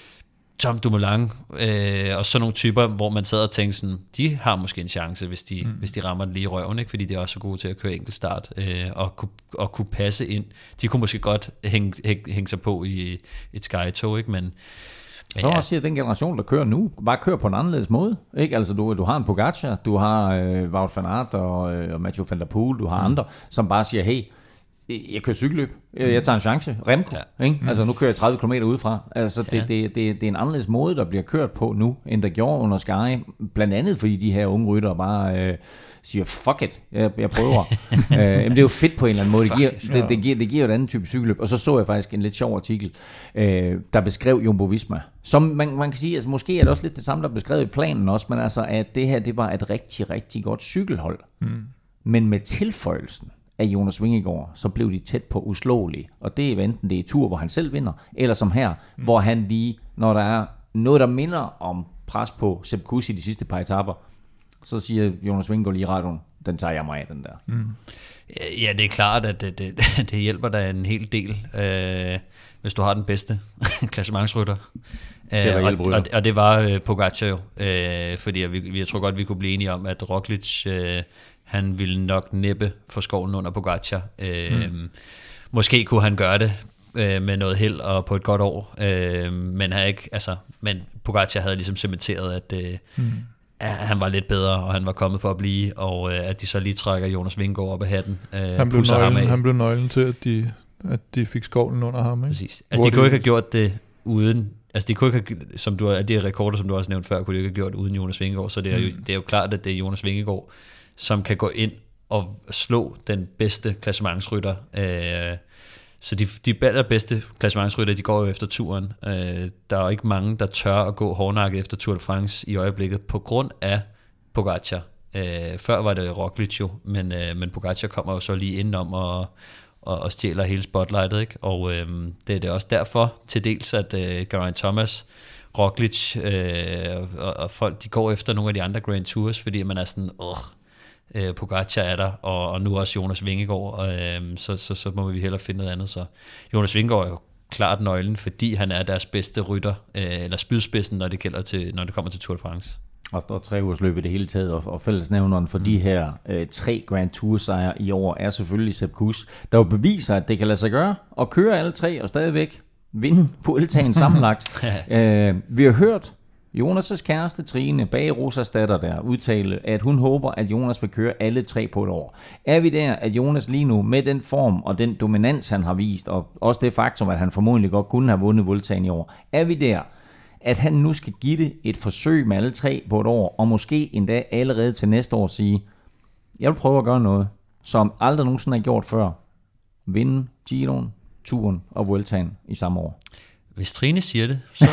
Speaker 4: Tom Dumoulin, øh, og sådan nogle typer, hvor man sad og tænkte sådan, de har måske en chance, hvis de, mm. hvis de rammer den lige i røven, ikke? Fordi de er også så gode til at køre enkeltstart, øh, og, kunne, og kunne passe ind. De kunne måske godt hænge, hænge, hænge sig på i et Sky-tog, ikke? Men
Speaker 2: så ja. Også siger, at den generation, der kører nu, bare kører på en anderledes måde. Ikke? Altså, du, du har en Pogacar, du har øh, Wout van Aert og, øh, og Mathieu van der Poel, du har mm. andre, som bare siger, hey, jeg kører cykelløb, jeg tager en chance, Remco, ja. Ikke? Mm. Altså nu kører jeg tredive kilometer udefra. Altså det, ja. det, det, det, det er en anderledes måde, der bliver kørt på nu, end der gjorde under Sky. Blandt andet fordi de her unge ryttere bare øh, siger, fuck it, jeg, jeg prøver. øh, jamen, det er jo fedt på en eller anden måde, det giver, det, det, giver, det giver jo et andet type cykelløb. Og så så jeg faktisk en lidt sjov artikel, øh, der beskrev Jumbo Visma. Som man, man kan sige, altså måske er det også lidt det samme, der er beskrevet i planen også, men altså at det her, det var et rigtig, rigtig godt cykelhold. Mm. Men med tilføjelsen af Jonas Vingegaard, så blev de tæt på uslåelige. Og det er enten det er tur, hvor han selv vinder, eller som her, mm. hvor han lige, når der er noget, der minder om pres på Sepp Kuss i de sidste par etaper, så siger Jonas Vingegaard lige i radioen, den tager jeg mig af, den der. Mm.
Speaker 4: Ja, det er klart, at det, det, det hjælper dig en hel del, øh, hvis du har den bedste klassementsrytter. Øh, og, og, og det var øh, Pogacar jo, øh, fordi jeg, jeg tror godt, vi kunne blive enige om, at Roglic... Øh, han ville nok næppe få skovlen under Pogacar. Øh, mm. Måske kunne han gøre det øh, med noget held og på et godt år, øh, men, han ikke, altså, men Pogacar havde ligesom cementeret, at, øh, mm. at han var lidt bedre, og han var kommet for at blive, og øh, at de så lige trækker Jonas Vingegaard op af hatten. Øh,
Speaker 3: han, blev nøglen, han blev nøglen til, at de, at de fik skovlen under ham. Ikke?
Speaker 4: Præcis. Altså, de kunne ikke have gjort det uden... Altså de kunne ikke have, som du, de rekorder, som du også nævnte før, kunne de ikke have gjort uden Jonas Vingegaard, så det er, jo, det er jo klart, at det er Jonas Vingegaard, som kan gå ind og slå den bedste klassementsrytter, øh, så de, de allerbedste klassementsrytter, de går jo efter turen. Øh, der er jo ikke mange, der tør at gå hårdnakket efter Tour de France i øjeblikket, på grund af Pogacar. Øh, før var det Roglic jo, men, øh, men Pogacar kommer jo så lige indenom og, og, og stjæler hele spotlightet, ikke? Og øh, det er det også derfor til dels, at øh, Geraint Thomas, Roglic øh, og, og folk, de går efter nogle af de andre Grand Tours, fordi man er sådan, åh, øh, Pogacar er der, og, og nu også Jonas Vingegaard, og, øh, så, så, så må vi hellere finde noget andet. Så Jonas Vingegaard er jo klart nøglen, fordi han er deres bedste rytter, øh, eller spydspidsen, når det gælder til, når det kommer til Tour de France.
Speaker 2: Og, og tre ugers løb i det hele taget, og, og fællesnævneren for mm. de her øh, tre Grand Tour sejre i år er selvfølgelig Sepp Kuss, der jo beviser, at det kan lade sig gøre at køre alle tre og stadigvæk vinde Vueltaen sammenlagt. øh, vi har hørt Jonas' kæreste Trine bag Rosas datter der udtale, at hun håber, at Jonas vil køre alle tre på et år. Er vi der, at Jonas lige nu med den form og den dominans, han har vist, og også det faktum, at han formodentlig godt kunne have vundet Vueltaen i år, er vi der, at han nu skal give det et forsøg med alle tre på et år, og måske endda allerede til næste år sige, jeg vil prøve at gøre noget, som aldrig nogensinde har gjort før. Vinde Giroen, Turen og Vueltaen i samme år.
Speaker 4: Hvis Trine siger det, så...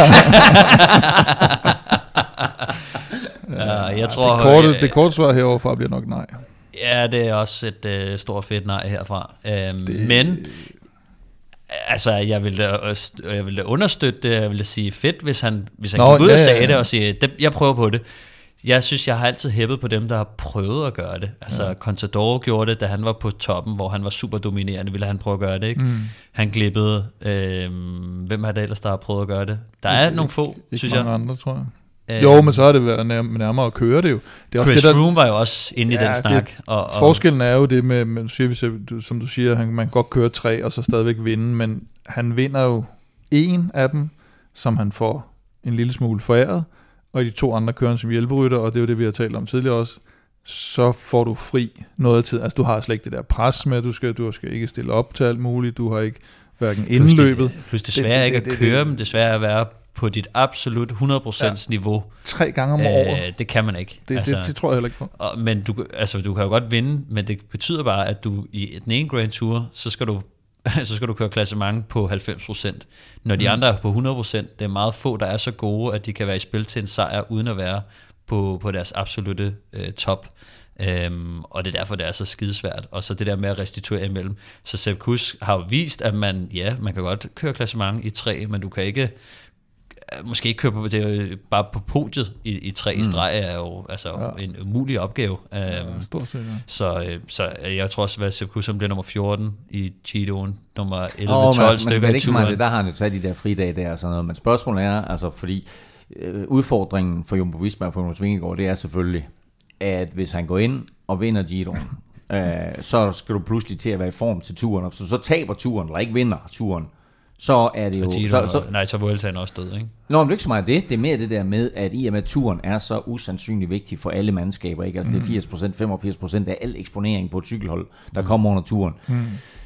Speaker 4: ja, jeg tror,
Speaker 3: det, korte, øh, det korte svar heroverfra bliver nok nej.
Speaker 4: Ja, det er også et øh, stort fedt nej herfra. Øhm, det... Men... Altså, jeg ville, jeg ville understøtte det, jeg ville sige fedt, hvis han, hvis han Nå, gik ud ja, og sagde ja, ja. det og sige, det, jeg prøver på det. Jeg synes, jeg har altid hæppet på dem, der har prøvet at gøre det. Altså, ja. Contador gjorde det, da han var på toppen, hvor han var super dominerende, ville han prøve at gøre det, ikke? Mm. Han glippede. Øh, hvem er det ellers, der har prøvet at gøre det? Der er ikke, nogle få,
Speaker 3: ikke
Speaker 4: synes
Speaker 3: mange
Speaker 4: jeg.
Speaker 3: andre, tror jeg. Øh, jo, men så har det været nærmere, nærmere at køre det jo. Det er
Speaker 4: Chris
Speaker 3: også det, der,
Speaker 4: Froome var jo også inde ja, i den snak. Det,
Speaker 3: og, og, forskellen er jo det med, med siger vi, som du siger, han, man kan godt køre tre, og så stadigvæk vinde, men han vinder jo en af dem, som han får en lille smule foræret, og de to andre kører som hjælperytter, og det er jo det, vi har talt om tidligere også, så får du fri noget af tiden. Altså, du har slet ikke det der pres med, du skal, du skal ikke stille op til alt muligt, du har ikke hverken indløbet.
Speaker 4: Plus det svære ikke at køre dem, det svære at være på dit absolut hundrede procent ja. niveau.
Speaker 3: Tre gange om året.
Speaker 4: Øh, det kan man ikke.
Speaker 3: Det, altså, det, det tror jeg heller ikke på.
Speaker 4: Og, men du, altså, du kan jo godt vinde, men det betyder bare, at du i den ene Grand Tour, så skal du så skal du køre klassement på halvfems procent. Når de mm. andre er på hundrede procent, det er meget få, der er så gode, at de kan være i spil til en sejr, uden at være på, på deres absolute øh, top. Øhm, og det er derfor, det er så skidesvært. Og så det der med at restituere imellem. Så Sepp Kuss har jo vist, at man, ja, man kan godt køre klassement i tre, men du kan ikke måske ikke køre på, det er jo bare på podiet i, i tre mm. streg er jo altså ja. en umulig opgave.
Speaker 3: Ja, um, stort set, ja.
Speaker 4: Så, så jeg tror også, at Sepp Kuss bliver nummer fjorten i Giroen, nummer elleve tolv oh, stykker i turen.
Speaker 2: Det, der har han jo taget de der fridage der og sådan noget, men spørgsmålet er, altså fordi øh, udfordringen for Jumbo Visma og for Jonas Vingegaard, det er selvfølgelig, at hvis han går ind og vinder Giroen, øh, så skal du pludselig til at være i form til turen, og så, så taber turen, eller ikke vinder turen, så er det jo...
Speaker 4: Giroen, så, så, nej, så Vueltaen også død, ikke?
Speaker 2: Nå, men det er ikke så meget det. Det er mere det der med, at i og med turen er så usandsynligt vigtig for alle mandskaber, ikke? Altså mm. det er firs procent, femogfirs procent af al eksponering på et cykelhold, der mm. kommer under turen. Mm.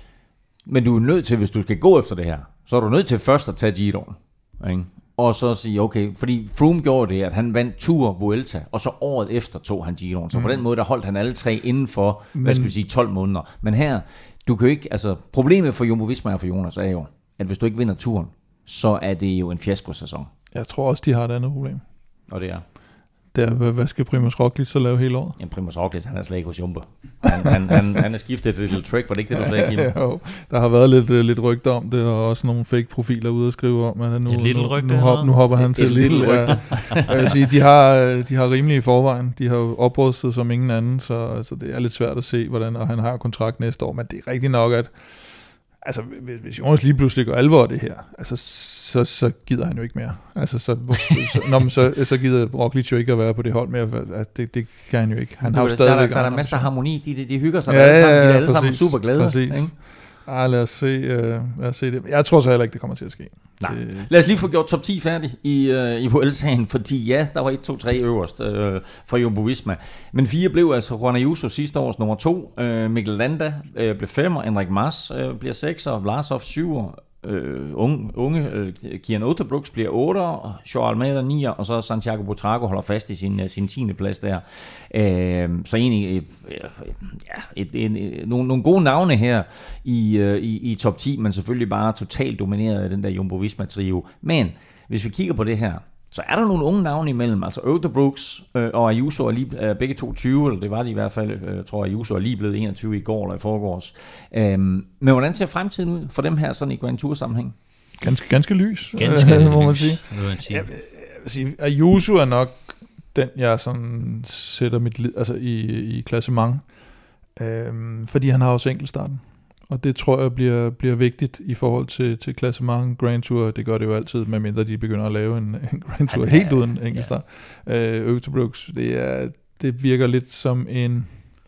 Speaker 2: Men du er nødt til, hvis du skal gå efter det her, så er du nødt til først at tage Giroen, ikke? Og så sige, okay, fordi Froome gjorde det, at han vandt Tour Vuelta, og så året efter tog han Giroen. Så mm. på den måde, der holdt han alle tre inden for, men, hvad skal vi sige, tolv måneder. Men her, du kan jo ikke, altså problemet for Jumbo Visma og for Jonas er jo, at hvis du ikke vinder turen, så er det jo en fiasko-sæson.
Speaker 3: Jeg tror også, de har et andet problem.
Speaker 2: Og det er?
Speaker 3: Det er, hvad skal Primož Roglič så lave hele året?
Speaker 2: Ja, Primož Roglič, han er slet ikke hos Jumbo. Han, han, han, han er skiftet til et lille trick, var det ikke det, du sagde, Kim?
Speaker 3: Jo, der har været lidt, lidt rygter om det, og også nogle fake profiler ude at skrive om, at nu,
Speaker 4: et lille rygte,
Speaker 3: nu, nu, hop, nu hopper han et, til et lille rygte. Ja. Jeg vil sige, de har, de har rimelig i forvejen. De har jo oprustet som ingen anden, så altså, det er lidt svært at se, hvordan, og han har kontrakt næste år, men det er rigtigt nok, at altså, hvis Jonas lige pludselig går alvor af det her, altså, så, så gider han jo ikke mere. Altså, så, så, når man så, så gider Roglič jo ikke at være på det hold mere. Altså, det, det kan han jo ikke. Han har jo stadigvæk...
Speaker 2: Der, der er der masser af harmoni. De, de, de hygger sig ja, alle sammen. De er ja, alle præcis, sammen super glade.
Speaker 3: Præcis. Ikke? Ah, lad os se, uh, lad os se det. Jeg tror så heller ikke, det kommer til at ske.
Speaker 2: Nej. Det... Lad os lige få gjort top ti færdig i, uh, i Vueltaen, fordi ja, der var et, to, tre øverst uh, fra Jumbo Visma. Men fire blev altså Juan Ayuso sidste års nummer to, uh, Mikkel Landa uh, blev femmer, Enric Mas uh, bliver sekser, Vlasov syver, øh, unge, unge øh, Kian Uterbrooks bliver otter, Joao Almeida nier, og så Santiago Buitrago holder fast i sin, sin tiende plads der. Øh, så egentlig øh, ja, et, et, et, nogle, nogle gode navne her i, øh, i, i top ti, men selvfølgelig bare totalt domineret af den der Jumbo-Visma-trio. Men hvis vi kigger på det her, så er der nogle unge navne imellem, altså Uterbrooks øh, og Ayuso er lige, øh, begge to tyve, eller det var de i hvert fald, øh, jeg tror Ayuso er lige blevet enogtyve i går eller i forgårs. Øhm, men hvordan ser fremtiden ud for dem her sådan i Grand Tour sammenhæng?
Speaker 3: Ganske, ganske lys,
Speaker 4: ganske
Speaker 3: øh,
Speaker 4: lys,
Speaker 3: må man sige.
Speaker 4: Man sige.
Speaker 3: Jeg, jeg vil sige, Ayuso er nok den, jeg sådan sætter mit lid, altså i, i klassement, øhm, fordi han har også enkeltstarten. Og det tror jeg bliver, bliver vigtigt i forhold til, til klassement, Grand Tour. Det gør det jo altid, medmindre de begynder at lave en, en Grand Tour han, helt uden enkeltstart. Ja. Øh, Uterbrooks, det, er, det virker lidt som en...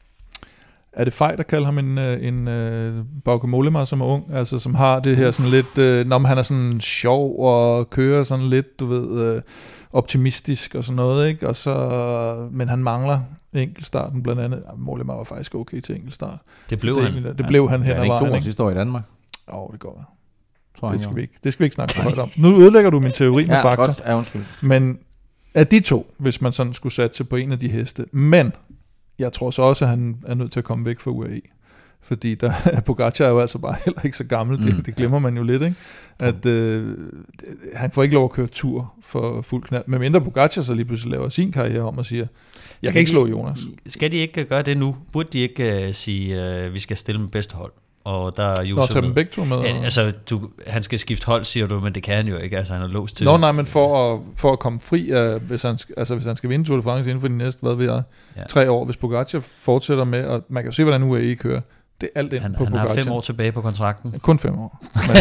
Speaker 3: Er det fejl at kalde ham en, en uh, Bauke Mollema, som er ung? Altså som har det her sådan lidt... Uh, når han er sådan sjov og kører sådan lidt, du ved... Uh, optimistisk og sådan noget, ikke? Og så, men han mangler enkeltstarten blandt andet. Mollema var faktisk okay til enkeltstart.
Speaker 4: Det blev
Speaker 3: det,
Speaker 4: han.
Speaker 3: Det, det blev han hen ad vejen.
Speaker 2: Han er ikke to år sidste år i Danmark.
Speaker 3: Åh, oh, det går.
Speaker 2: Tror
Speaker 3: det, skal vi ikke, det skal vi ikke snakke for højt om. Nu ødelægger du min teori med
Speaker 2: ja,
Speaker 3: fakta.
Speaker 2: Godt. Ja, undskyld.
Speaker 3: Men af de to, hvis man sådan skulle satse på en af de heste. Men jeg tror så også, at han er nødt til at komme væk fra U A E. Fordi der, Pogacar er jo altså bare heller ikke så gammel. Mm, det, det glemmer man jo lidt, ikke? At øh, han får ikke lov at køre tur for fuld knald. Men mindre Pogacar så lige pludselig laver sin karriere om og siger, jeg skal kan ikke slå Jonas.
Speaker 4: Skal de ikke gøre det nu? Burde de ikke uh, sige, uh, vi skal stille med bedste hold? Og der er Ayuso
Speaker 3: Nå, tage dem begge to med.
Speaker 4: Ja, altså, du, han skal skifte hold, siger du, men det kan han jo ikke. Altså, han er låst til.
Speaker 3: Nå, nej, men for at, for at komme fri, uh, hvis, han, altså, hvis han skal vinde Tour de France inden for de næste, hvad ved jeg, ja. tre år, hvis Pogacar fortsætter med, og man kan jo se, hvordan U A E kører. Det er alt ind
Speaker 4: han,
Speaker 3: på
Speaker 4: han
Speaker 3: Pogacar.
Speaker 4: har fem år tilbage på kontrakten.
Speaker 3: Kun fem år. Men,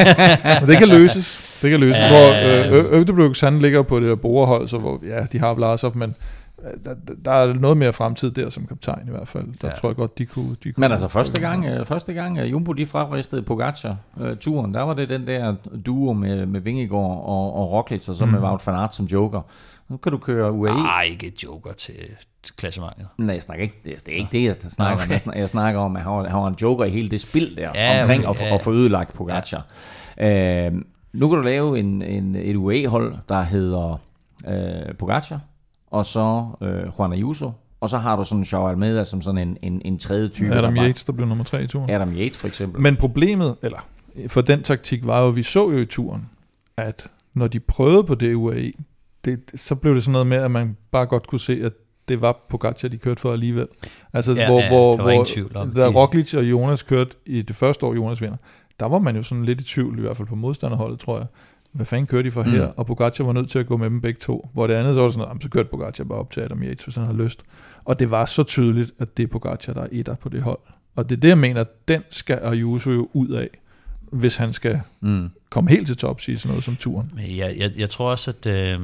Speaker 3: øh, men det kan løses. Det kan løses. Ja, hvor øh, Uterbrooks, han ligger på det der borerhold, så hvor, ja, de har Vlasov, men der, der er noget mere fremtid der som kaptajn i hvert fald. Der ja. tror jeg godt, de kunne... De kunne
Speaker 2: men altså første gang, øh, første gang uh, Jumbo de fraristede Pogacar-turen, uh, der var det den der duo med, med Vingegaard og, og Roglic, og så mm. med Wout van Aert som joker. Nu kan du køre U A E.
Speaker 4: Nej, ikke joker til klassementet.
Speaker 2: Nej, jeg snakker ikke, det, det er ikke det, jeg snakker okay. om. Jeg snakker, jeg snakker om, at han var, han var en joker i hele det spil der, ja, omkring okay, at, ja. at få ødelagt Pogacar. Ja. Uh, nu kan du lave en, en, et U A E-hold, der hedder uh, Pogacar, og så øh, Juan Ayuso, og så har du sådan Joao Almeida som sådan en, en, en tredje type.
Speaker 3: Adam der Yates, der blev nummer tre i turen.
Speaker 2: Adam Yates for eksempel.
Speaker 3: Men problemet, eller for den taktik var jo, vi så jo i turen, at når de prøvede på det U A E, det, så blev det sådan noget med, at man bare godt kunne se, at det var Pogacar, de kørte for alligevel. Altså,
Speaker 4: ja,
Speaker 3: hvor,
Speaker 4: ja,
Speaker 3: hvor,
Speaker 4: der var ingen tvivl om
Speaker 3: da Roglic og Jonas kørte i det første år, Jonas vinder, der var man jo sådan lidt i tvivl, i hvert fald på modstanderholdet, tror jeg. Hvad fanden kørte de for her? Mm. Og Pogacar var nødt til at gå med dem begge to. Hvor det andet så var sådan, at så kørte Pogacar bare op til Adam Yates, hvis han havde lyst. Og det var så tydeligt, at det er Pogacar, der er etter på det hold. Og det er det, jeg mener, at den skal Ayuso jo ud af, hvis han skal mm. komme helt til top, sige sådan noget som turen.
Speaker 4: Jeg, jeg, jeg tror også, at... Øh,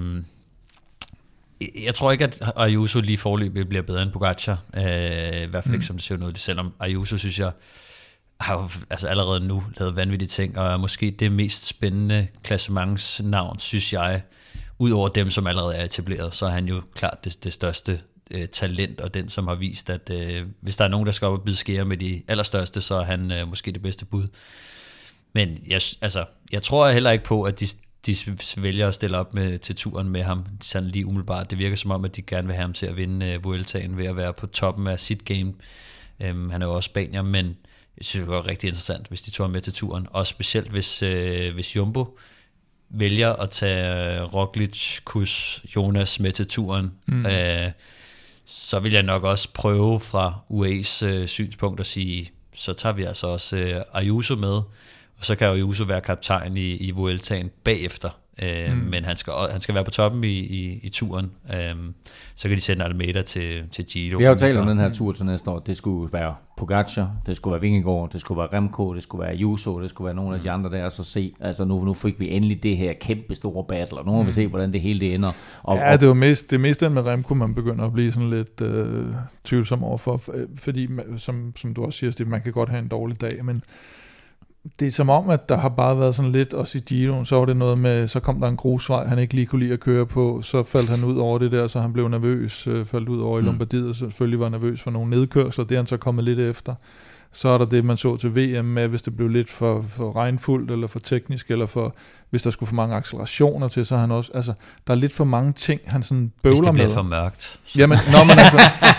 Speaker 4: jeg tror ikke, at Ayuso lige forløbig bliver bedre end Pogacar. Øh, I hvert fald mm. ikke, som det ser ud. Selvom Ayuso, synes jeg, har jo altså allerede nu lavet vanvittige ting, og er måske det mest spændende klassementsnavn, synes jeg, ud over dem, som allerede er etableret, så er han jo klart det, det største øh, talent, og den, som har vist, at øh, hvis der er nogen, der skal op og bide skære med de allerstørste, så er han øh, måske det bedste bud. Men jeg, altså, jeg tror heller ikke på, at de, de vælger at stille op med, til turen med ham, sådan lige umiddelbart. Det virker som om, at de gerne vil have ham til at vinde øh, Vueltaen ved at være på toppen af sit game. Um, han er jo også spanier, men jeg synes, det var rigtig interessant, hvis de tog ham med til turen. Og specielt, hvis, øh, hvis Jumbo vælger at tage Roglic, Kuss, Jonas med til turen, mm. øh, så vil jeg nok også prøve fra U A E's øh, synspunkt at sige, så tager vi altså også øh, Ayuso med, og så kan Ayuso være kaptajn i, i Vueltaen bagefter. Øh, mm. Men han skal, han skal være på toppen i, i, i turen. Øh, så kan de sende Almeida til, til Giro.
Speaker 2: Vi har jo talt om den her tur til næste år. Det skulle være Pogacar, det skulle være Vingegaard, det skulle være Remco, det skulle være Ayuso, det skulle være nogle mm. af de andre der. Så se, altså nu, nu fik vi endelig det her kæmpe store battle, og nu må mm. vi se, hvordan det hele det ender. Og,
Speaker 3: ja, det var mest, det mest den med Remco, man begynder at blive sådan lidt øh, tvivlsom overfor. Fordi, som, som du også siger, Steve, man kan godt have en dårlig dag, men det er som om, at der har bare været sådan lidt, også i Giroen, så var det noget med, så kom der en grusvej, han ikke lige kunne lide at køre på, så faldt han ud over det der, så han blev nervøs, øh, faldt ud over i Lombardiet, og selvfølgelig var nervøs for nogle nedkørsler, det er han så kommet lidt efter. Så er der det, man så til V M med, hvis det blev lidt for, for regnfuldt, eller for teknisk, eller for, hvis der skulle for mange accelerationer til, så han også, altså, der er lidt for mange ting, han sådan bøvler med.
Speaker 4: Hvis det bliver
Speaker 3: med.
Speaker 4: for mørkt.
Speaker 3: Så. Jamen, nå, men altså...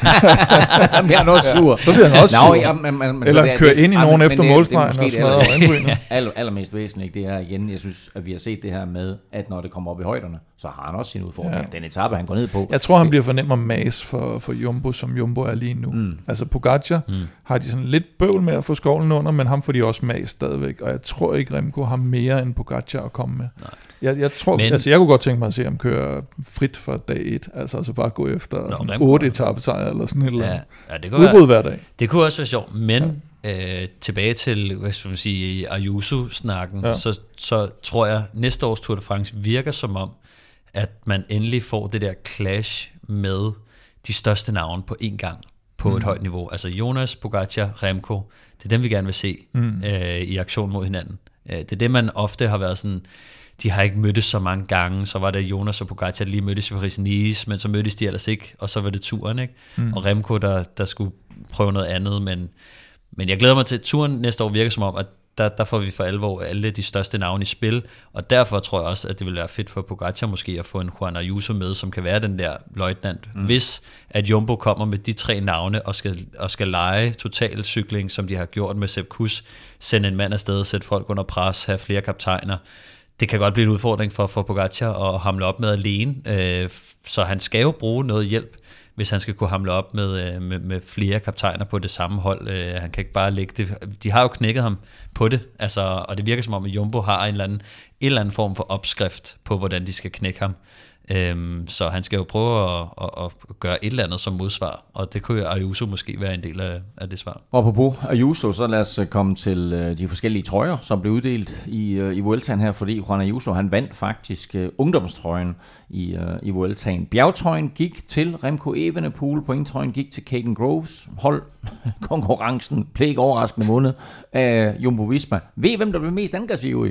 Speaker 2: Jamen, jeg er også sur.
Speaker 3: Så bliver han også
Speaker 2: Nå,
Speaker 3: sur.
Speaker 2: Ja, men, men, men,
Speaker 3: eller
Speaker 2: det er,
Speaker 3: kører ind i
Speaker 2: det,
Speaker 3: nogen
Speaker 2: men,
Speaker 3: efter
Speaker 2: men,
Speaker 3: målstregen og smadrer øjenbrynene.
Speaker 2: Aller, allermest væsentligt, det er igen, jeg synes, at vi har set det her med, at når det kommer op i højderne, så har han også sin udfordring. Ja. Den etape, han går ned på.
Speaker 3: Jeg tror, han bliver for nem at mase for, for Jumbo, som Jumbo er lige nu. Mm. Altså Pogacar mm. har de sådan lidt bøvl med at få skovlen under, men ham får de også mas stadigvæk, og jeg tror ikke, Remco har mere end Pogacar at komme med. Nej. Jeg, jeg tror, men, altså jeg kunne godt tænke mig at se ham køre frit fra dag et, altså, altså bare gå efter Nå, sådan otte etapesejre eller sådan et eller andet.
Speaker 4: Ja, ja, det kunne
Speaker 3: udbrud hver dag.
Speaker 4: Det kunne også være sjovt, men ja. øh, tilbage til, hvad skal man sige, Ayuso-snakken, ja. så, så tror jeg, næste års Tour de France virker som om, at man endelig får det der clash med de største navne på én gang på mm. et højt niveau. Altså Jonas, Pogacar, Remco, det er dem, vi gerne vil se mm. øh, i aktion mod hinanden. Det er det, man ofte har været sådan, de har ikke mødtes så mange gange, så var det Jonas og Pogacar lige mødtes i Paris-Nice, men så mødtes de ellers ikke, og så var det turen, ikke? Mm. Og Remco, der, der skulle prøve noget andet, men, men jeg glæder mig til, at turen næste år virker som om, at der, der får vi for alvor alle de største navne i spil, og derfor tror jeg også, at det vil være fedt for Pogacar måske at få en Juan Ayuso med, som kan være den der løjtnant, mm. hvis at Jumbo kommer med de tre navne og skal, og skal lege total cykling, som de har gjort med Sepp Kuss, sende en mand afsted, sætte folk under pres, have flere kaptajner. Det kan godt blive en udfordring for, for Pogacar at hamle op med alene, øh, så han skal jo bruge noget hjælp, hvis han skal kunne hamle op med, med, med flere kaptajner på det samme hold. Øh, han kan ikke bare lægge det. De har jo knækket ham på det, altså, og det virker som om, at Jumbo har en eller anden, en eller anden form for opskrift på, hvordan de skal knække ham. Øhm, så han skal jo prøve at, at, at gøre et eller andet som modsvar, og det kunne Ayuso måske være en del af, af det svar.
Speaker 2: Og apropos Ayuso, så lad os komme til de forskellige trøjer, som blev uddelt i, i Vueltaen her, fordi Juan Ayuso, han vandt faktisk uh, ungdomstrøjen i, uh, i Vueltaen. Bjergtrøjen gik til Remco Evenepoel, pointtrøjen gik til Caden Groves, hold konkurrencen, blev ikke overraskende vundet af Jumbo Visma. Ved I, hvem der blev mest aggressiv i?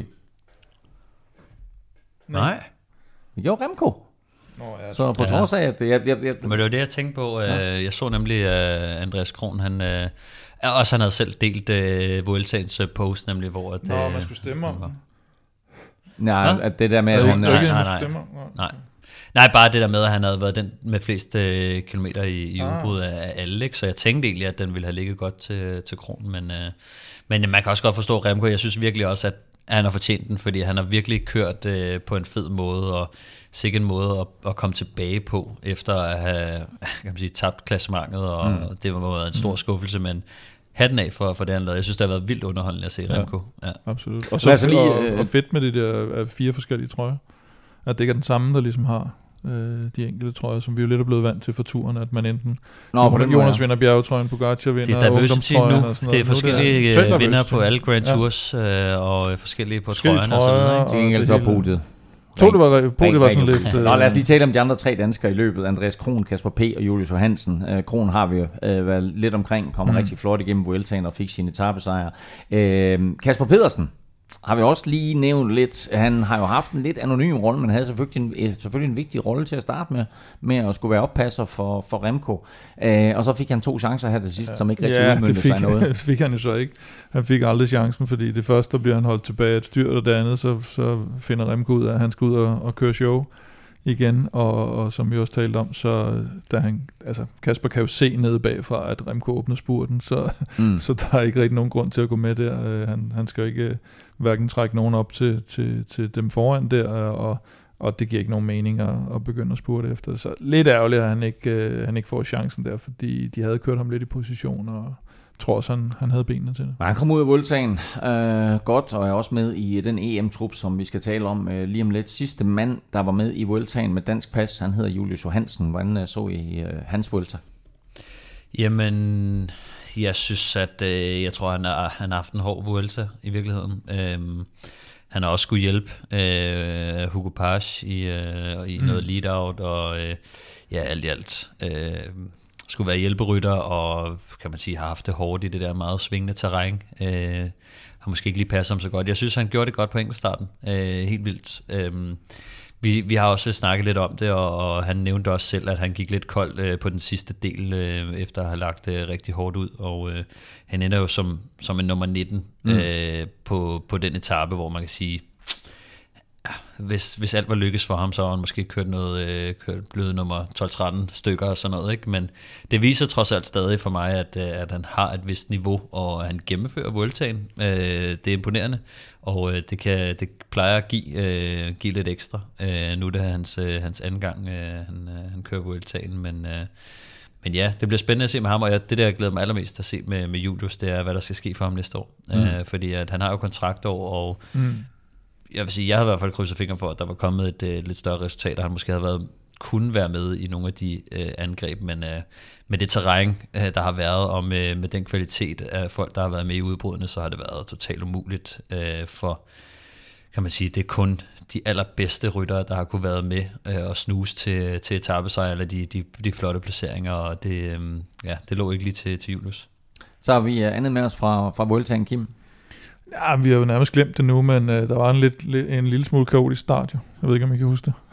Speaker 4: Nej.
Speaker 2: Jo, Remco.
Speaker 3: Nå, ja.
Speaker 2: Så på trods af, at... Jeg, jeg, jeg,
Speaker 4: Men det var det, jeg tænkte på. Ja. Jeg så nemlig uh, Andreas Kron, han... Uh, også han havde selv delt uh, Vueltaens post, nemlig hvor... At,
Speaker 3: Nå, man skulle stemme om.
Speaker 2: Nej, ja? At det der med, at han...
Speaker 4: Nej, nej, nej, nej. nej. Nej, bare det der med, at han havde været den med flest uh, kilometer i, i ah. udbrud af alle, ikke? Så jeg tænkte egentlig, at den ville have ligget godt til, til Kron, men, uh, men man kan også godt forstå Remco. Jeg synes virkelig også, at han har fortjent den, fordi han har virkelig kørt uh, på en fed måde, og sikkert en måde at, at komme tilbage på, efter at have kan man sige, tabt klassementet, og mm. det var en stor skuffelse, men hatten af for, for det, han lavede. Jeg synes, det har været vildt underholdende at se Remco. Ja,
Speaker 3: ja. Absolut. Og så altså lige, og, og fedt med de der fire forskellige trøjer, at det ikke er den samme, der ligesom har øh, de enkelte trøjer, som vi jo lidt er blevet vant til for turen, at man enten Nå, på den Jonas vinder bjergetrøjen, Pogacar vinder ungdomstrøjen og sådan noget.
Speaker 4: Det er forskellige nu, vinder på alle Grand Tours, ja. og forskellige på forskellige trøjerne trøjer, og så videre.
Speaker 2: Til gengæld så podiet.
Speaker 3: Jeg tror, det var, det var sådan lidt...
Speaker 2: Nå, lad os lige tale om de andre tre danskere i løbet. Andreas Kron, Kasper P. og Julius Johansen. Uh, Kron har vi jo uh, været lidt omkring, kommer mm. rigtig flot igennem Vueltaen og fik sine etapesejre. Uh, Kasper Pedersen har vi også lige nævnt lidt. Han har jo haft en lidt anonym rolle, men havde selvfølgelig en, selvfølgelig en vigtig rolle til at starte med, med at skulle være oppasser for, for Remco. Øh, og så fik han to chancer her til sidst, ja, som ikke rigtig
Speaker 3: ja,
Speaker 2: udmøntede sig noget.
Speaker 3: det fik han jo så ikke. Han fik aldrig chancen, fordi det første, der bliver han holdt tilbage et styrt, og det andet, så, så finder Remco ud af, at han skal ud og, og køre show igen, og, og som vi også talte om, så da han, altså Kasper kan jo se nede bagfra, at Remco åbner spurten, så, mm. så der er ikke rigtig nogen grund til at gå med der. Han, han skal ikke hverken trække nogen op til, til, til dem foran der, og, og det giver ikke nogen mening at, at begynde at spurte efter. Så lidt ærgerligt, at han ikke, han ikke får chancen der, fordi de havde kørt ham lidt i position, og tror også, han, han havde benene til det.
Speaker 2: Han kom ud af Vueltaen øh, godt, og er også med i den E M-trup, som vi skal tale om øh, lige om lidt. Sidste mand, der var med i Vueltaen med dansk pas, han hedder Julius Johansen. Hvordan øh, så I øh, hans Vuelta?
Speaker 4: Jamen, jeg synes, at øh, jeg tror, han har, han har haft en hård Vuelta i virkeligheden. Øhm, han har også skulle hjælpe øh, Hugo Page i, øh, i mm. noget lead-out, og øh, ja, alt i alt... Øh, skulle være hjælperytter, og kan man sige, har haft det hårdt i det der meget svingende terræn. Øh, har måske ikke lige passet ham så godt. Jeg synes, han gjorde det godt på enkeltstarten. Øh, helt vildt. Øh, vi, vi har også snakket lidt om det, og, og han nævnte også selv, at han gik lidt kold øh, på den sidste del, øh, efter at have lagt det øh, rigtig hårdt ud, og øh, han ender jo som, som en nummer nitten mm. øh, på, på den etape, hvor man kan sige, Hvis, hvis alt var lykkes for ham, så har han måske kørt noget, øh, kørt blevet nummer tolv tretten stykker og sådan noget, ikke? Men det viser trods alt stadig for mig, at, at han har et vist niveau, og han gennemfører Vueltaen. Øh, det er imponerende, og øh, det, kan, det plejer at give, øh, give lidt ekstra. Øh, nu er det hans, øh, hans anden gang, øh, han, øh, han kører Vueltaen, men... Øh, Men ja, det bliver spændende at se med ham, og jeg, det der jeg glæder mig allermest at se med, med Julius, det er, hvad der skal ske for ham næste år. Mm. Øh, fordi at han har jo kontraktår, og... Mm. Jeg vil sige, jeg havde i hvert fald krydset fingre for, at der var kommet et uh, lidt større resultat, og han måske havde været, kunne være med i nogle af de uh, angreb, men uh, med det terræn, uh, der har været, og med, med den kvalitet af folk, der har været med i udbrudene, så har det været totalt umuligt uh, for, kan man sige, det er kun de allerbedste ryttere, der har kunne være med uh, og snuse til, til etapesejr, eller de, de, de flotte placeringer, og det, um, ja, det lå ikke lige til, til Julius.
Speaker 2: Så har vi uh, andet med os fra, fra Vueltaen, Kim.
Speaker 3: Ja, vi har jo nærmest glemt det nu, men øh, der var en, lidt, lidt, en lille smule kaotisk start, jo. Jeg ved ikke, om I kan huske det.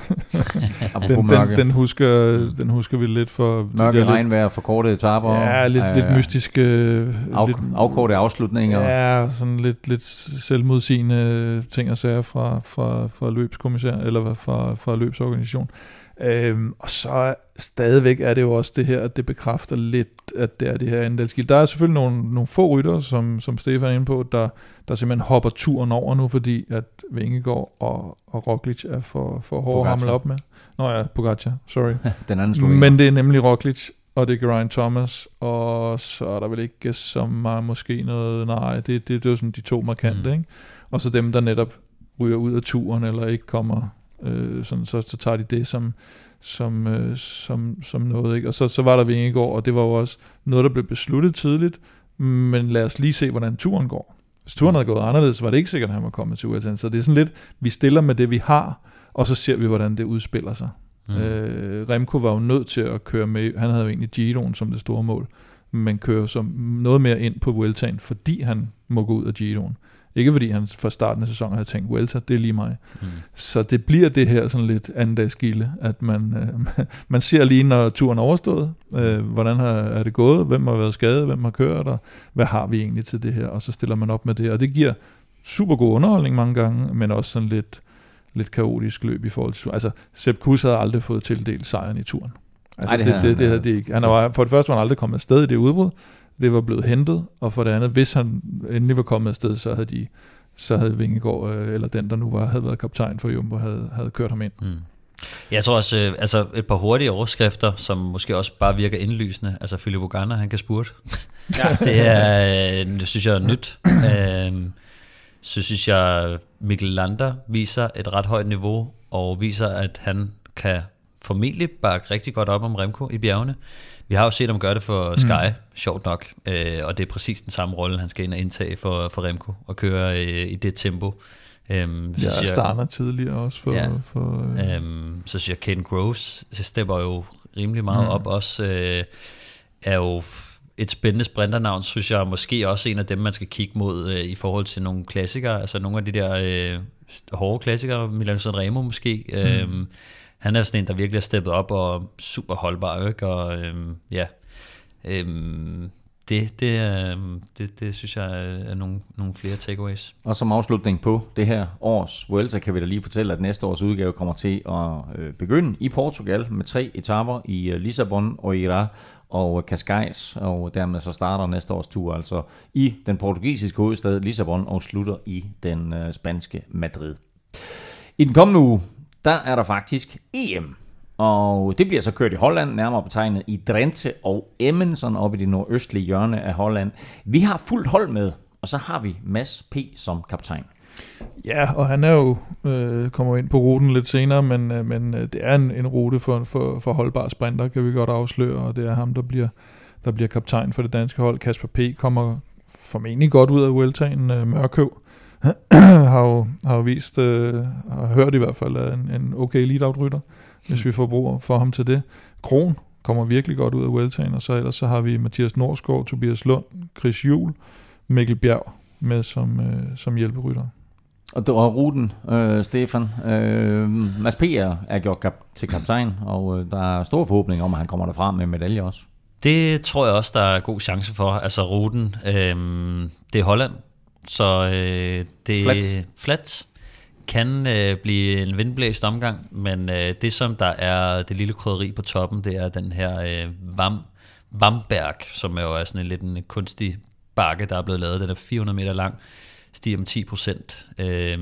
Speaker 3: den, den, den, husker, den husker vi lidt for...
Speaker 2: Mørke regnvejr, forkortede etaper.
Speaker 3: Ja, lidt, øh, lidt mystiske...
Speaker 2: Af,
Speaker 3: lidt,
Speaker 2: afkortede afslutninger.
Speaker 3: Ja, sådan lidt, lidt selvmodsigende ting og sager fra, fra, fra løbskommissær, eller fra, fra løbsorganisation. Øhm, og så stadigvæk er det jo også det her, at det bekræfter lidt, at det er det her andelsskilt. Der er selvfølgelig nogle, nogle få ryttere, som, som Stefan er inde på, der, der simpelthen hopper turen over nu, fordi at Vingegaard og, og Roglic er for, for hårde at hamle op med. Nå ja, Pogačar, sorry.
Speaker 2: Den anden slovener.
Speaker 3: Men det er nemlig Roglic, og det er Geraint Thomas, og så er der vel ikke så meget måske noget, nej, det, det, det er jo sådan de to markante, mm. ikke? Og så dem, der netop ryger ud af turen, eller ikke kommer... Øh, sådan, så, så tager de det som, som, øh, som, som noget, ikke? Og så, så var der Vingegaard, og det var jo også noget, der blev besluttet tidligt, men lad os lige se, hvordan turen går. Hvis turen havde gået anderledes, så var det ikke sikkert, at han var kommet til U S A. Så det er sådan lidt, vi stiller med det, vi har, og så ser vi, hvordan det udspiller sig. Mm. Øh, Remco var jo nødt til at køre med, han havde jo egentlig Giroen som det store mål, men kører som noget mere ind på Vueltaen, fordi han må gå ud af Giroen. Ikke fordi han fra starten af sæsonen havde tænkt, Vuelta, det er lige mig. Mm. Så det bliver det her sådan lidt andendagsgilde, at man, øh, man ser lige, når turen er overstået, øh, hvordan har, er det gået, hvem har været skadet, hvem har kørt, og hvad har vi egentlig til det her, og så stiller man op med det, og det giver super god underholdning mange gange, men også sådan lidt, lidt kaotisk løb i forhold til, altså Sepp Kuss havde aldrig fået tildelt sejren i turen. Altså, Ej, det, det, det, det havde det ikke. Han var, for det første var han aldrig kommet afsted i det udbrud, det var blevet hentet, og for det andet, hvis han endelig var kommet afsted, så havde de, så havde Vingegaard, eller den, der nu var, havde været kaptajn for Jumbo, havde, havde kørt ham ind. Mm.
Speaker 4: Jeg tror også, øh, altså et par hurtige overskrifter, som måske også bare virker indlysende. Altså Filippo Ganna, han kan spurte. Ja. det er, det synes jeg er nyt. øh, så synes jeg, Mikkel Landa viser et ret højt niveau, og viser, at han kan formentlig bakke rigtig godt op om Remco i bjergene. Vi har jo set ham gøre det for Sky, mm. sjovt nok, øh, og det er præcis den samme rolle, han skal ind og indtage for, for Remco, og køre øh, i det tempo. Øhm,
Speaker 3: så ja, starter tidligere også for...
Speaker 4: Ja,
Speaker 3: for øh.
Speaker 4: øhm, så synes jeg, Caden Groves stepper jo rimelig meget mm. op, også øh, er jo et spændende sprinternavn, synes jeg, måske også en af dem, man skal kigge mod øh, i forhold til nogle klassikere, altså nogle af de der øh, hårde klassikere, Milano Sanremo måske, mm. øhm, han er sådan en, der virkelig har steppet op og super holdbar, ikke? Og øhm, ja, øhm, det, det, øhm, det, det synes jeg er nogle, nogle flere takeaways.
Speaker 2: Og som afslutning på det her års Vuelta, kan vi da lige fortælle, at næste års udgave kommer til at øh, begynde i Portugal med tre etaper i øh, Lissabon, Oeiras og Cascais, og dermed så starter næste års tur altså i den portugisiske hovedstad Lissabon og slutter i den øh, spanske Madrid. I den kommende uge, der er der faktisk E M, og det bliver så kørt i Holland, nærmere betegnet i Drenthe og Emmen, sådan oppe i det nordøstlige hjørne af Holland. Vi har fuldt hold med, og så har vi Mads P. som kaptajn.
Speaker 3: Ja, og han er jo øh, kommer ind på ruten lidt senere, men, øh, men det er en, en rute for, for, for holdbare sprinter, kan vi godt afsløre, og det er ham, der bliver, der bliver kaptajn for det danske hold. Kasper P. kommer formentlig godt ud af Vueltaen. øh, Mørkøv har, jo, har jo vist, øh, har hørt i hvert fald, en, en okay lead-out-rytter, hvis vi får brug for ham til det. Kron kommer virkelig godt ud af Vueltaen, og så ellers så har vi Mathias Norsgaard, Tobias Lund, Chris Juhl, Mikkel Bjerg med som, øh, som hjælperytter.
Speaker 2: Og, og ruten, øh, Stefan. Øh, Mads P. er, er gjort kap- til kaptajn, og øh, der er stor forhåbning om, at han kommer derfra med medalje også.
Speaker 4: Det tror jeg også, der er god chance for. Altså ruten, øh, det er Holland, så øh, det
Speaker 2: Flat.
Speaker 4: flat kan øh, blive en vindblæst omgang, men øh, det som der er det lille krydderi på toppen, det er den her øh, Vam, Vamberg, som er jo er sådan en lidt en kunstig bakke, der er blevet lavet. Den er fire hundrede meter lang, stiger med ti procent. Øh,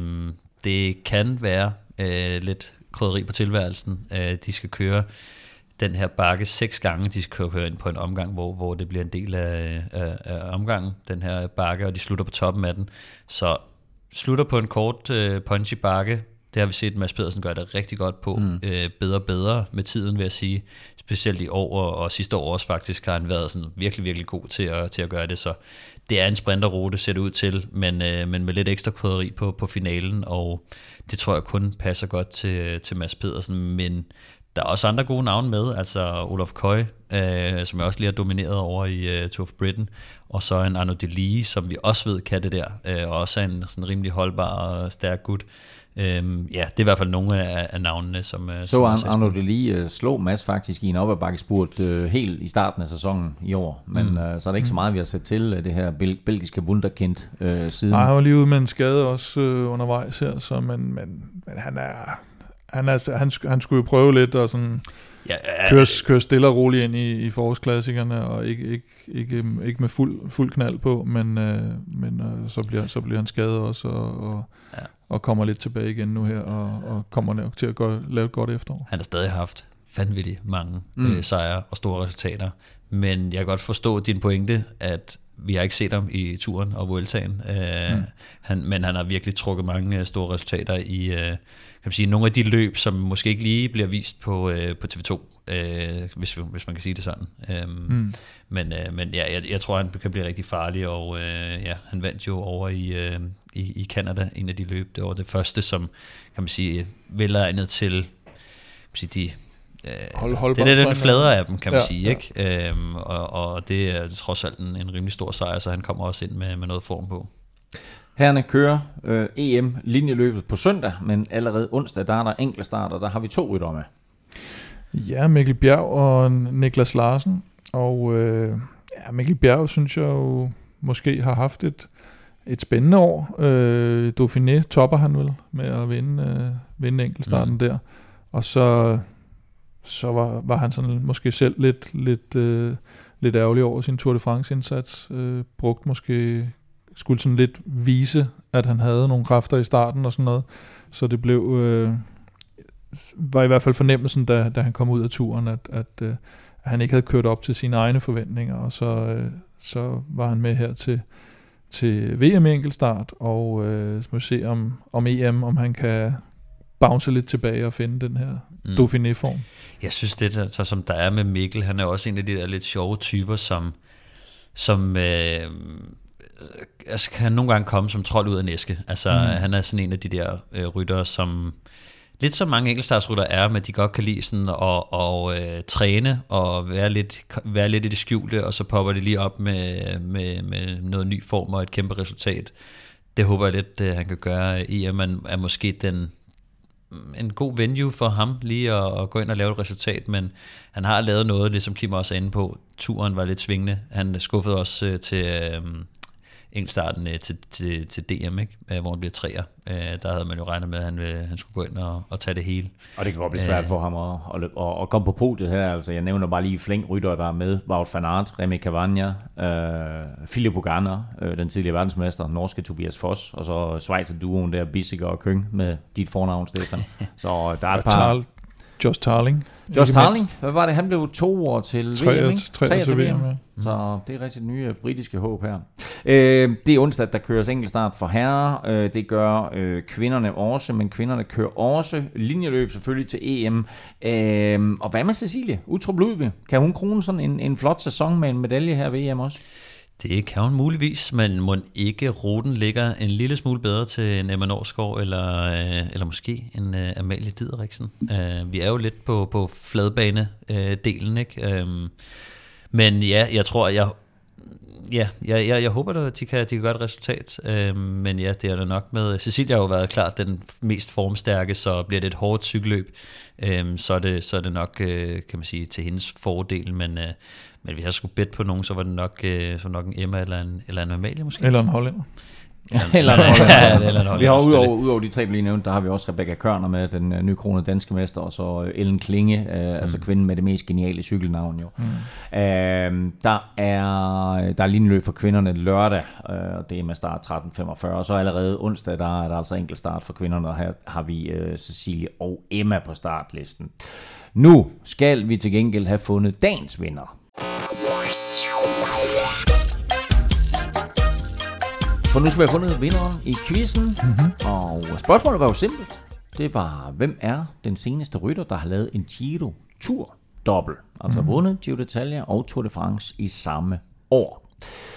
Speaker 4: det kan være øh, lidt krydderi på tilværelsen. Øh, de skal køre den her bakke seks gange, de skal køre ind på en omgang, hvor, hvor det bliver en del af, af, af omgangen, den her bakke, og de slutter på toppen af den. Så slutter på en kort uh, punchy bakke, det har vi set Mads Pedersen gøre det rigtig godt på, mm. uh, bedre og bedre med tiden, vil jeg sige. Specielt i år, og, og sidste år også faktisk har han været sådan virkelig, virkelig god til at, til at gøre det, så det er en sprinterrute, ser det ud til, men, uh, men med lidt ekstra krydderi på, på finalen, og det tror jeg kun passer godt til, til Mads Pedersen, men der er også andre gode navne med, altså Olaf Køj, øh, som jeg også lige har domineret over i uh, Tour of Britain, og så en Arnaud Delis, som vi også ved kan det der, øh, og også er en sådan rimelig holdbar og stærk gut. Øhm, ja, det er i hvert fald nogle af, af navnene, som...
Speaker 2: Så som Arnaud Delis uh, slog Mads faktisk i en opadbakkespurt uh, helt i starten af sæsonen i år, men mm. uh, så er det ikke så meget, vi har set til uh, det her bel- belgiske wunderkind uh, siden.
Speaker 3: Nej, han var lige ude med en skade også uh, undervejs her, så, men, men, men han er... Han, er, han, han skulle jo prøve lidt og sådan ja, ja, køre, køre stille og roligt ind i, i forårsklassikerne, og ikke, ikke, ikke, ikke med fuld, fuld knald på, men, øh, men øh, så, bliver, så bliver han skadet også, og, og, ja. og kommer lidt tilbage igen nu her, og, og kommer nok til at gå, lave et godt efterår. Han
Speaker 4: har stadig haft vanvittigt mange mm. øh, sejre og store resultater, men jeg kan godt forstå din pointe, at vi har ikke set ham i turen og Vueltaen, øh, mm. han, men han har virkelig trukket mange store resultater i øh, kan man sige, nogle af de løb, som måske ikke lige bliver vist på, øh, på T V to, øh, hvis, hvis man kan sige det sådan. Øhm, mm. Men, øh, men ja, jeg, jeg tror, han kan blive rigtig farlig, og øh, ja, han vandt jo over i, øh, i, i Canada, en af de løb. Det var det første, som kan man sige, velegnet til kan man sige, de
Speaker 3: Hold, hold
Speaker 4: det er det, den flader af dem, kan man ja, sige,
Speaker 3: ja.
Speaker 4: ikke? Øhm, og, og det er trods alt en, en rimelig stor sejr, så han kommer også ind med, med noget form på.
Speaker 2: Herrene kører øh, E M-linjeløbet på søndag, men allerede onsdag, der er der enkle starter, der har vi to rytter med.
Speaker 3: Ja, Mikkel Bjerg og Niklas Larsen, og øh, ja, Mikkel Bjerg synes jeg jo måske har haft et, et spændende år. Øh, Dauphiné topper han vel med at vinde, øh, vinde enkeltstarten mm. der, og så... så var, var han sådan måske selv lidt, lidt, øh, lidt ærgerlig over sin Tour de France-indsats. Øh, brugt måske, skulle sådan lidt vise, at han havde nogle kræfter i starten og sådan noget. Så det blev, øh, var i hvert fald fornemmelsen, da, da han kom ud af turen, at, at, øh, at han ikke havde kørt op til sine egne forventninger. Og så, øh, så var han med her til, til V M-enkeltstart, og øh, så må vi se om, om E M, om han kan bounce lidt tilbage og finde den her mm. Dauphiné-form.
Speaker 4: Jeg synes, det der, så, som der er med Mikkel, han er også en af de der lidt sjove typer, som, som øh, altså, kan nogle gange komme som trold ud af næske. Altså, mm. han er sådan en af de der øh, ryttere, som lidt som mange enkeltstartsrytter er, men de godt kan lide sådan at, og, øh, træne og være lidt, være lidt i det skjulte, og så popper de lige op med, med, med noget ny form og et kæmpe resultat. Det håber jeg lidt, at han kan gøre. I at man er måske den en god venue for ham lige at, at gå ind og lave et resultat, men han har lavet noget, ligesom Kim også er inde på. Turen var lidt svingende. Han skuffede også øh, til øh, enkeltstarten øh, til, til, til D M, ikke? Øh, hvor han bliver treer. Øh, der havde man jo regnet med, at han, øh, han skulle gå ind og, og tage det hele. Og det kan godt blive svært for ham at, at, at, at komme på podiet her. Altså, jeg nævner bare lige flink rytter, der er med. Wout van Aert, Remy Cavagna, øh, Philip Ogana, øh, den tidligere verdensmester, norske Tobias Foss, og så Schweizer-duoen der, Bissiger og Køng, med dit fornavn, Stefan. Så der er et par...
Speaker 3: Josh Tarling.
Speaker 2: Josh Tarling, hvad var det? Han blev to år til
Speaker 3: tre,
Speaker 2: V M, ikke?
Speaker 3: Tre, tre til V M, ja.
Speaker 2: Så det er rigtig nye britiske håb her. Øh, det er onsdag, der køres enkeltstart for herrer. Øh, det gør øh, kvinderne også, men kvinderne kører også linjeløb selvfølgelig til E M. Øh, og hvad med Cecilie Uttrup Ludvig? Kan hun krone sådan en, en flot sæson med en medalje her ved E M også?
Speaker 4: Det kan hun muligvis, men må ikke ruten ligger en lille smule bedre til en Emma Norsgaard, eller, eller måske en uh, Amalie Dideriksen. Uh, vi er jo lidt på, på fladbane-delen, ikke? Um, men ja, jeg tror, jeg, Ja, jeg, jeg, jeg håber, at de kan, de kan gøre et resultat, øh, men ja, det er det nok med. Cecilia har jo været klart den mest formstærke, så bliver det et hårdt cykelløb, øh, så, er det, så er det nok, øh, kan man sige, til hendes fordel, men, øh, men hvis jeg skulle bet på nogen, så var det nok, øh, så nok en Emma eller en, eller en Amalie måske.
Speaker 3: Eller en hollænder.
Speaker 2: eller en
Speaker 4: ja, eller en
Speaker 2: vi har udover, udover de tre, vi lige nævnte, der har vi også Rebecca Kørner med, den uh, nykronede danske mester, og så uh, Ellen Klinge, uh, mm. altså kvinden med det mest geniale cykelnavn jo. Mm. Uh, der er der er linjeløb for kvinderne lørdag, uh, og det er med start tretten femogfyrre, og så allerede onsdag, der er der altså enkelt start for kvinderne, og her har vi uh, Cecilie og Emma på startlisten. Nu skal vi til gengæld have fundet dagens vinder. For nu skal vi have fundet vinderen i quizzen, mm-hmm. og spørgsmålet var jo simpelt. Det var, hvem er den seneste rytter, der har lavet en Giro Tour dobbelt? Altså mm-hmm. vundet Giro d'Italia og Tour de France i samme år.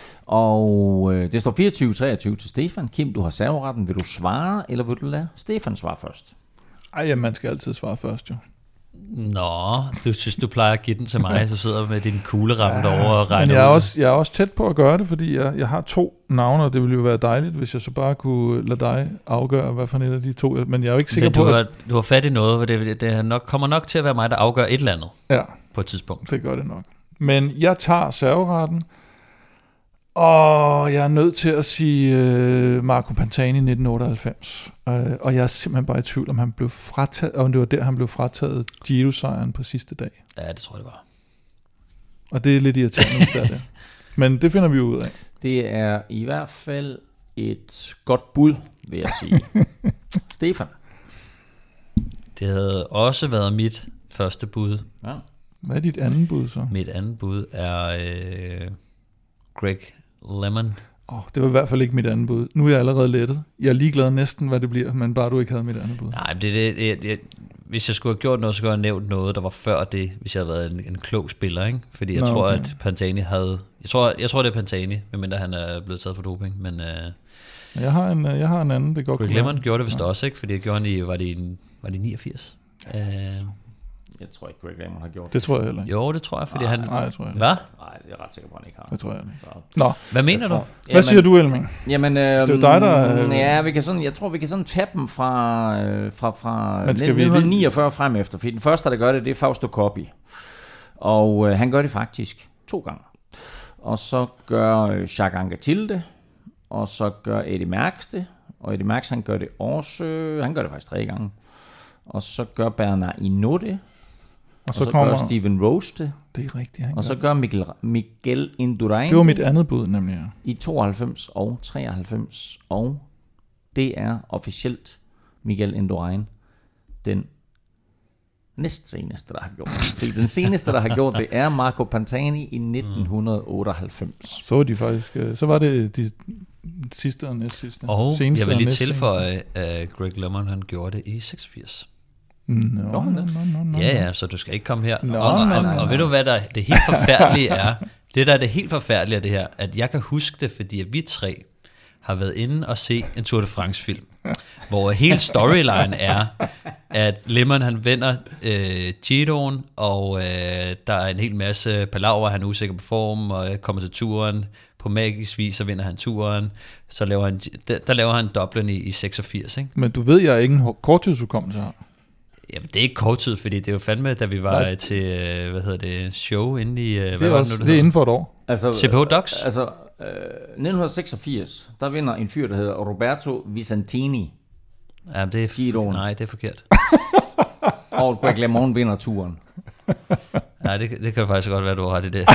Speaker 2: Og øh, det står fireogtyve treogtyve til Stefan. Kim, du har serveretten. Vil du svare, eller vil du lade Stefan svare først?
Speaker 3: Ej, ja, man skal altid svare først, jo.
Speaker 4: Nå, du synes, du plejer at give den til mig, så sidder med din kugleramme ja, derovre og regner
Speaker 3: men jeg er,
Speaker 4: ud.
Speaker 3: også, jeg er også tæt på at gøre det, fordi jeg, jeg har to navne, og det ville jo være dejligt, hvis jeg så bare kunne lade dig afgøre, hvad for et af de to. Men jeg er jo ikke sikker
Speaker 4: men du
Speaker 3: på,
Speaker 4: har,
Speaker 3: at...
Speaker 4: du har fat i noget, for det, det er nok, kommer nok til at være mig, der afgør et eller andet
Speaker 3: ja,
Speaker 4: på et tidspunkt.
Speaker 3: Det gør det nok. Men jeg tager serveretten, og jeg er nødt til at sige uh, Marco Pantani nitten otteoghalvfems. Uh, og jeg er simpelthen bare i tvivl, om han blev frataget, om det var der, han blev frataget Giro-sejren på sidste dag.
Speaker 4: Ja, det tror jeg, det var.
Speaker 3: Og det er lidt irriterende, hvis det er det. Men det finder vi ud af.
Speaker 2: Det er i hvert fald et godt bud, vil jeg sige. Stefan?
Speaker 4: Det havde også været mit første bud.
Speaker 2: Ja.
Speaker 3: Hvad er dit andet bud så?
Speaker 4: Mit andet bud er øh, Greg LeMond.
Speaker 3: Oh, det var i hvert fald ikke mit andet bud. Nu er jeg allerede lettet. Jeg er ligeglad næsten, hvad det bliver, men bare du ikke havde mit andet bud.
Speaker 4: Nej, det, det, det, det, hvis jeg skulle have gjort noget, så skulle jeg have nævnt noget, der var før det, hvis jeg havde været en, en klog spiller, ikke? Fordi jeg Nå, tror, okay. at Pantani havde... Jeg tror, jeg tror, det er Pantani, medmindre han er blevet taget for doping, men... Øh,
Speaker 3: jeg, har en, jeg har en anden, det går
Speaker 4: Greg LeMond gjorde det vist ja. også, ikke? Fordi det gjorde han i... Var det, en, var det niogfirs? Øh,
Speaker 2: Jeg tror ikke, Greg LeMond har gjort det.
Speaker 3: Det tror jeg heller ikke.
Speaker 4: Jo, det tror jeg, fordi
Speaker 2: nej,
Speaker 4: han...
Speaker 3: Nej, jeg tror jeg
Speaker 4: Hvad?
Speaker 2: Nej, jeg er ret sikker på, at han ikke har.
Speaker 3: Det tror jeg ikke.
Speaker 2: Så.
Speaker 3: Nå.
Speaker 4: Hvad mener
Speaker 2: tror,
Speaker 4: du?
Speaker 3: Hvad jamen, siger du, Elming?
Speaker 2: Jamen, øh,
Speaker 3: det er dig, der... Øh,
Speaker 2: ja, vi kan sådan, jeg tror, vi kan sådan tage dem fra, øh, fra, fra
Speaker 3: nitten
Speaker 2: niogfyrre frem efter. For den første, der gør det, det er Fausto Coppi. Og øh, han gør det faktisk to gange. Og så gør øh, Jacques Anquetil det. Og så gør Eddy Merckx det. Og Eddy Merckx, han gør det også... Øh, han gør det faktisk tre gange. Og så gør Bernard Hinault det. Og, og så, så kommer gør Steven Rose det.
Speaker 3: Det er rigtigt.
Speaker 2: Og så gør Miguel, Miguel Indurain
Speaker 3: det. var mit andet bud, nemlig. Ja.
Speaker 2: I tooghalvfems og treoghalvfems. Og det er officielt Miguel Indurain den næstseneste, der har gjort det. Den seneste, der har gjort det, er Marco Pantani i nitten otteoghalvfems.
Speaker 3: Så var de faktisk... Så var det de sidste og næst sidste.
Speaker 4: Og seneste jeg vil lige tilføje, at Greg LeMond, han gjorde det i seksogfirs.
Speaker 3: No, no, no, no,
Speaker 4: ja, ja, så du skal ikke komme her.
Speaker 3: No,
Speaker 4: og, og,
Speaker 3: no,
Speaker 4: og,
Speaker 3: no, no.
Speaker 4: og ved du, hvad der det helt forfærdelige er? Det, der er det helt forfærdelige af det her, at jeg kan huske det, fordi at vi tre har været inde og se en Tour de France-film, hvor hele storyline er, at LeMond, han vinder øh, Giroen, og øh, der er en hel masse palaver, han er usikker på form, og kommer til turen. På magisk vis, så vinder han turen. Så laver han, der, der laver han doublen i, i seksogfirs, ikke?
Speaker 3: Men du ved, jeg er ikke en korttidsudkommelse her.
Speaker 4: Jamen, det er ikke kort tid, fordi det er jo fandme, da vi var Nej. til, hvad hedder det, show inde i...
Speaker 3: Det
Speaker 4: hvad
Speaker 3: er,
Speaker 4: var
Speaker 3: også,
Speaker 4: det, nu,
Speaker 3: det er inden for et år.
Speaker 2: Altså,
Speaker 4: C P H Docs?
Speaker 2: Altså, øh, nitten seksogfirs, der vinder en fyr, der hedder Roberto Vicentini.
Speaker 4: Ja, det er...
Speaker 2: Giroen.
Speaker 4: Nej, det er forkert.
Speaker 2: Og Greg LeMond vinder turen.
Speaker 4: Nej, det, det kan faktisk godt være, du har ret i det.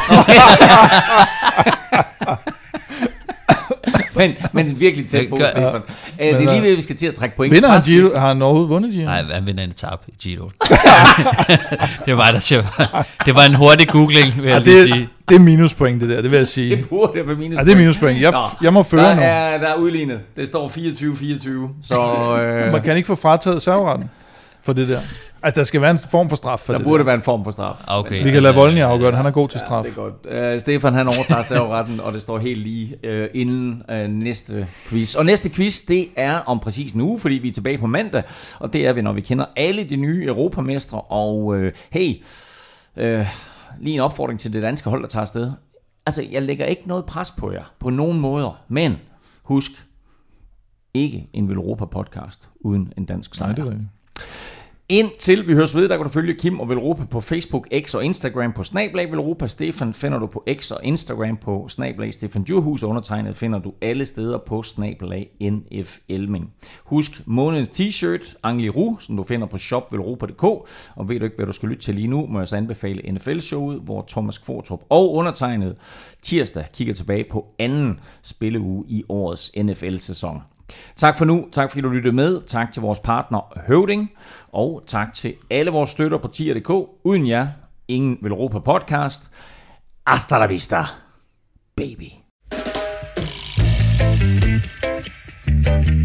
Speaker 2: men, men virkelig tæt på, Stefan. Ja. Det er lige ved, vi skal til at trække point.
Speaker 3: Vinder han Giro? Har han overhovedet vundet Giro?
Speaker 4: Nej, han vinder en etape i Giro. Det var mig, der siger. Det var en hurtig googling, vil jeg
Speaker 3: ja,
Speaker 4: lige
Speaker 3: det,
Speaker 4: sige.
Speaker 3: Det er minuspoint, det der, det vil jeg sige.
Speaker 2: Det burde være minuspoint.
Speaker 3: Ja, det er minuspoint. Jeg, jeg må føre
Speaker 2: der
Speaker 3: nu.
Speaker 2: Er, der er udlignet. Det står fireogtyve fireogtyve. Så, øh...
Speaker 3: Man kan ikke få frataget serveretten for det der. Altså, der skal være en form for straf for
Speaker 2: der
Speaker 3: det
Speaker 2: burde
Speaker 3: der.
Speaker 2: være en form for straf.
Speaker 4: Okay.
Speaker 3: Vi kan lade Volny afgøre det. Han er god til straf.
Speaker 2: Ja, det er godt. Uh, Stefan, han overtager serveretten, og det står helt lige uh, inden uh, næste quiz. Og næste quiz, det er om præcis en uge, fordi vi er tilbage på mandag. Og det er vi, når vi kender alle de nye europamestre. Og uh, hey, uh, lige en opfordring til det danske hold, der tager afsted. altså, jeg lægger ikke noget pres på jer, på nogen måder, men husk, ikke en Velropa-podcast uden en dansk sejr.
Speaker 3: Nej, det er rigtigt.
Speaker 2: Indtil vi høres ved, der kan du følge Kim og Velropa på Facebook, X og Instagram på snablag Velropa. Stefan finder du på X og Instagram på snablag Stefan Djurhus, og undertegnet finder du alle steder på snablag N F Elming. Husk månedens t-shirt, Angli Ru, som du finder på shop velropa punktum d k, og ved du ikke, hvad du skal lytte til lige nu, må jeg så anbefale N F L-showet, hvor Thomas Kvartrup og undertegnet tirsdag kigger tilbage på anden spilleuge i årets N F L-sæson. Tak for nu, tak fordi du lyttede med, tak til vores partner Høvding, og tak til alle vores støtter på tier punktum d k. Uden jer, ingen Velropa podcast. Hasta la vista, baby.